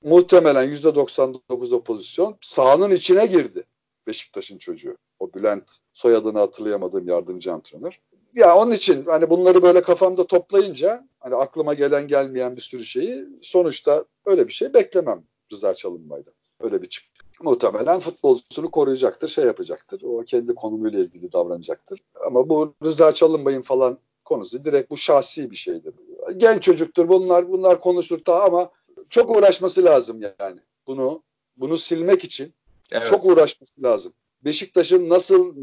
muhtemelen %99'da pozisyon sahanın içine girdi Beşiktaş'ın çocuğu. O Bülent, soyadını hatırlayamadığım yardımcı antrenör. Ya onun için hani bunları böyle kafamda toplayınca hani aklıma gelen gelmeyen bir sürü şeyi sonuçta öyle bir şey beklemem Rıza Çalınbay'dan. Öyle bir çık. Muhtemelen futbolcusunu koruyacaktır, şey yapacaktır. O kendi konumuyla ilgili davranacaktır. Ama bu Rıza Çalınbay'ın falan konusu direkt bu şahsi bir şeydir. Genç çocuktur bunlar konuşur ama çok uğraşması lazım yani. Bunu silmek için çok Evet. uğraşması lazım. Beşiktaş'ın nasıl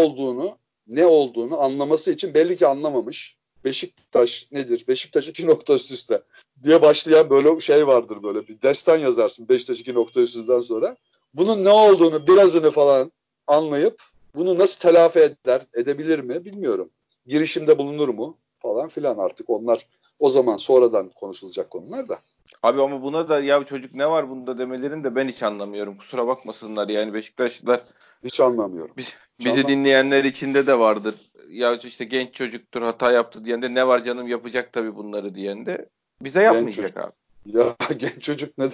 ne olduğunu anlaması için belli ki anlamamış. Beşiktaş nedir? Beşiktaş 2 nokta üst üste diye başlayan böyle şey vardır, böyle bir destan yazarsın Beşiktaş 2 nokta üst üstten sonra. Bunun ne olduğunu birazını falan anlayıp bunu nasıl telafi edebilir mi bilmiyorum. Girişimde bulunur mu falan filan, artık onlar o zaman sonradan konuşulacak konular da. Abi ama buna da ya çocuk ne var bunda demelerini de ben hiç anlamıyorum. Kusura bakmasınlar yani Beşiktaşlılar. Hiç anlamıyorum. Biz, Hiç bizi anlamıyorum. dinleyenler içinde de vardır. Ya işte genç çocuktur, hata yaptı diyen de ne var canım yapacak tabii bunları diyen de bize Genç çocuk. yapmayacak abi. Ya genç çocuk ne?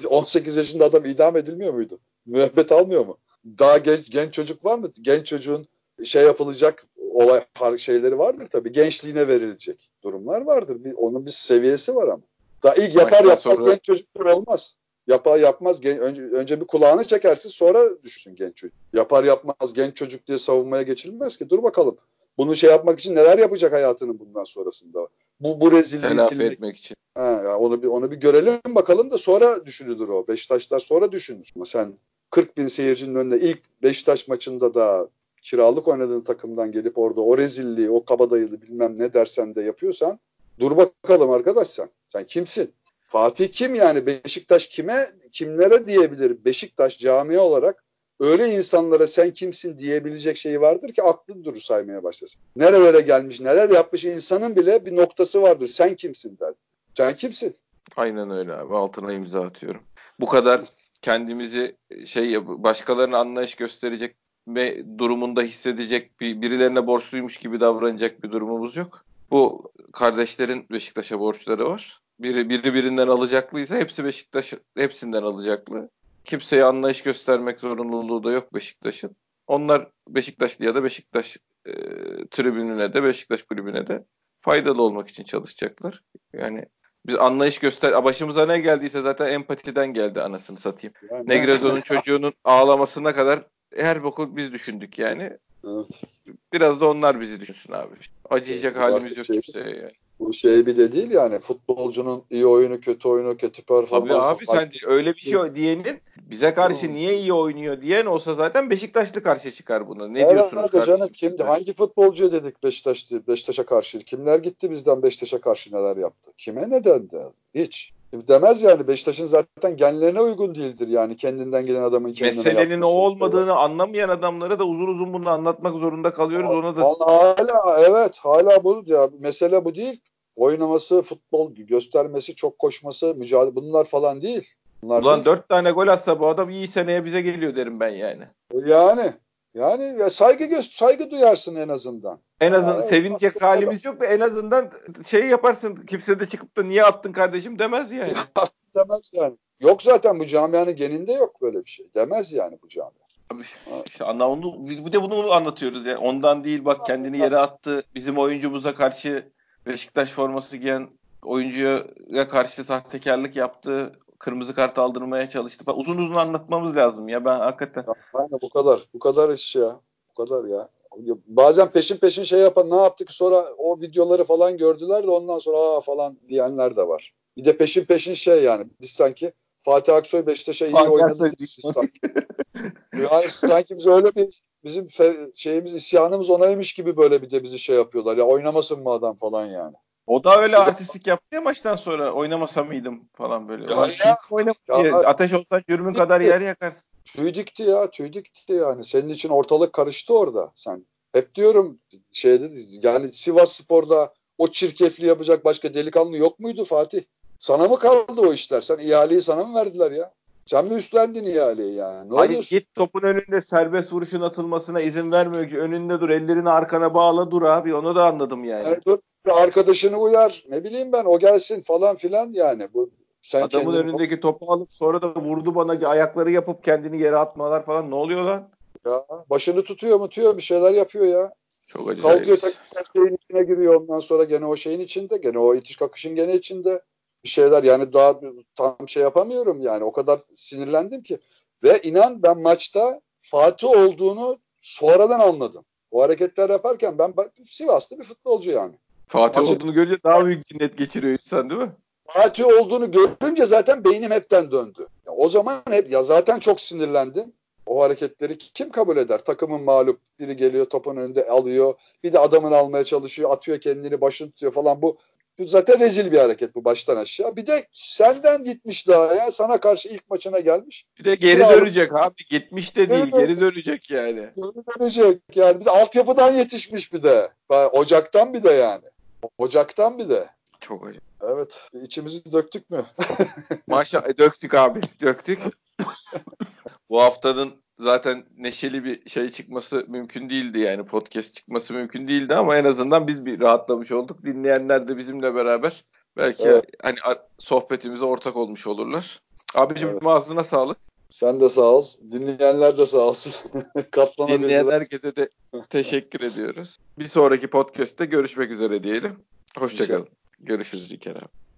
18 yaşında adam idam edilmiyor muydu? Müebbet almıyor mu? Daha genç çocuk var mı? Genç çocuğun şey yapılacak şeyleri vardır tabii. Gençliğine verilecek durumlar vardır. Onun bir seviyesi var ama. Daha ilk yapar Maçtan yapmaz sonra genç çocuktur olmaz. Yapar yapmaz önce bir kulağını çekersin, sonra düşsün genç çocuk. Yapar yapmaz genç çocuk diye savunmaya geçilmez ki. Dur bakalım. Bunu şey yapmak için neler yapacak hayatının bundan sonrasında? Bu rezilliği telafi silmek. etmek için. Ha, ya onu bir görelim bakalım da sonra düşünülür o. Beşiktaşlar sonra düşünür. Ama sen 40 bin seyircinin önünde ilk Beşiktaş maçında da kiralık oynadığın takımdan gelip orada o rezilliği, o kabadayılığı bilmem ne dersen de yapıyorsan, dur bakalım arkadaş sen. Sen kimsin? Fatih kim yani? Beşiktaş kimlere diyebilir? Beşiktaş camia olarak öyle insanlara sen kimsin diyebilecek şey vardır ki aklın durur saymaya başlasın. Nerelere gelmiş, neler yapmış insanın bile bir noktası vardır. Sen kimsin der. Sen kimsin? Aynen öyle abi. Altına imza atıyorum. Bu kadar kendimizi başkalarına anlayış gösterecek ve durumunda hissedecek birilerine borçluymuş gibi davranacak bir durumumuz yok. Bu kardeşlerin Beşiktaş'a borçları var. Biri birinden alacaklıysa hepsi hepsinden alacaklı. Kimseye anlayış göstermek zorunluluğu da yok Beşiktaş'ın. Onlar Beşiktaşlı ya da Beşiktaş e, tribününe de Beşiktaş kulübüne de faydalı olmak için çalışacaklar. Yani biz anlayış başımıza ne geldiyse zaten empatiden geldi anasını satayım. Yani, Negredo'nun çocuğunun ağlamasına kadar her boku biz düşündük yani. evet. Biraz da onlar bizi düşünsün abi. Acıyacak Bu halimiz artık yok kimseye yani. bu şey bir de değil yani, futbolcunun iyi oyunu, kötü Abi performansı abi sen öyle bir şey diyenin bize karşı Tamam. niye iyi oynuyor diyen olsa zaten Beşiktaşlı karşı çıkar buna. Ne diyorsunuz Herhalde canım, kardeşim kimdi? sizler? Hangi futbolcuya dedik Beşiktaş'a karşı? Kimler gitti bizden Beşiktaş'a karşı neler yaptı? Kime neden de? Hiç. Kim demez yani, Beşiktaş'ın zaten genlerine uygun değildir yani, kendinden gelen adamın kendine Meselenin o yapması. olmadığını anlamayan adamlara da uzun uzun bunu anlatmak zorunda kalıyoruz. Ona da Hala evet, hala bu ya, mesele bu değil. Oynaması, futbol göstermesi, çok koşması, mücadele, bunlar falan değil. Bunlar ulan değil. 4 tane gol atsa bu adam iyi seneye bize geliyor derim ben yani. Yani ya saygı duyarsın en azından. En azından Ha, sevinecek halimiz yok da en azından şey yaparsın. Kimse de çıkıp da niye attın kardeşim demez yani. demez yani. Yok zaten, bu camianın geninde yok böyle bir şey. Demez yani bu camia. Abi Ha. işte bir de bunu anlatıyoruz ya. Ondan değil bak kendini yere attı. Bizim oyuncumuza karşı Beşiktaş forması giyen oyuncuya karşı sahtekarlık yaptı. Kırmızı kart aldırmaya çalıştı falan. Uzun uzun anlatmamız lazım ya ben hakikaten. Aynen bu kadar. Bu kadar iş ya. Bu kadar ya. Bazen peşin peşin şey yapan, ne yaptık sonra o videoları falan gördüler de ondan sonra falan diyenler de var. Bir de peşin peşin şey yani, biz sanki Fatih Aksoy Beşiktaş'a iyi Fatih oynadı Aksoy diye biz düşmanı. yani sanki biz öyle bir, bizim şeyimiz, isyanımız onaymış gibi böyle bir de bizi şey yapıyorlar. Ya oynamasın mı adam falan yani. O da öyle Bir de artistlik yaptı ya maçtan sonra oynamasa mıydım falan böyle. ya, Ulan kim oynamış ya diye ateş olsan cürmün kadar yer yakarsın. tüy dikti yani. Senin için ortalık karıştı orada. Sen hep diyorum şeyde, yani Sivasspor'da o çirkefliği yapacak başka delikanlı yok muydu Fatih? Sana mı kaldı o işler? Sen ihaleyi sana mı verdiler ya? Sen mi üstlendin ihaleyi yani? Ne Hayır oluyorsun? git topun önünde serbest vuruşun atılmasına izin vermiyor ki. Önünde dur ellerini arkana bağla dur abi onu da anladım yani. Yani dur, arkadaşını uyar. Ne bileyim ben, o gelsin falan filan yani. Bu Sen Adamın kendini önündeki topu alıp sonra da vurdu bana ayakları yapıp kendini yere atmalar falan. Ne oluyor lan? ya, başını tutuyor bir şeyler yapıyor ya. Çok acayip. Kalkıyor tekrar şeyin içine giriyor, ondan sonra gene o şeyin içinde, gene o itiş kakışın gene içinde bir şeyler, yani daha tam şey yapamıyorum yani, o kadar sinirlendim ki. Ve inan, ben maçta Fatih olduğunu sonradan anladım. O hareketler yaparken ben Sivaslı bir futbolcu yani. Fatih Maçın olduğunu görünce daha büyük cinnet geçiriyor insan değil mi? Fatih olduğunu görünce zaten beynim hepten döndü. Ya o zaman hep, ya zaten çok sinirlendim. O hareketleri kim kabul eder? Takımın mağlup, biri geliyor topun önünde alıyor. Bir de adamını almaya çalışıyor, atıyor kendini, başını tutuyor falan. Bu zaten rezil bir hareket, bu baştan aşağı. Bir de senden gitmiş daha ya. Sana karşı ilk maçına gelmiş. Bir de geri Kiralık dönecek abi. Gitmiş de değil. geri Geri dönecek yani. dönecek. Yani bir de altyapıdan yetişmiş bir de. Ocaktan bir de yani. Ocaktan bir de. Çok acayip. Evet, içimizi döktük mü? Maşallah döktük abi. Döktük. Bu haftanın zaten neşeli bir şey çıkması mümkün değildi yani. Podcast çıkması mümkün değildi ama en azından biz bir rahatlamış olduk. Dinleyenler de bizimle beraber belki Evet, hani sohbetimize ortak olmuş olurlar. Abicim evet. ağzına sağlık. Sen de sağ ol. Dinleyenler de sağ olsun. Dinleyen Katlanabildiler. herkese de teşekkür ediyoruz. Bir sonraki podcast'te görüşmek üzere diyelim. İnşallah. Hoşçakalın. Görüşürüz İlker abi.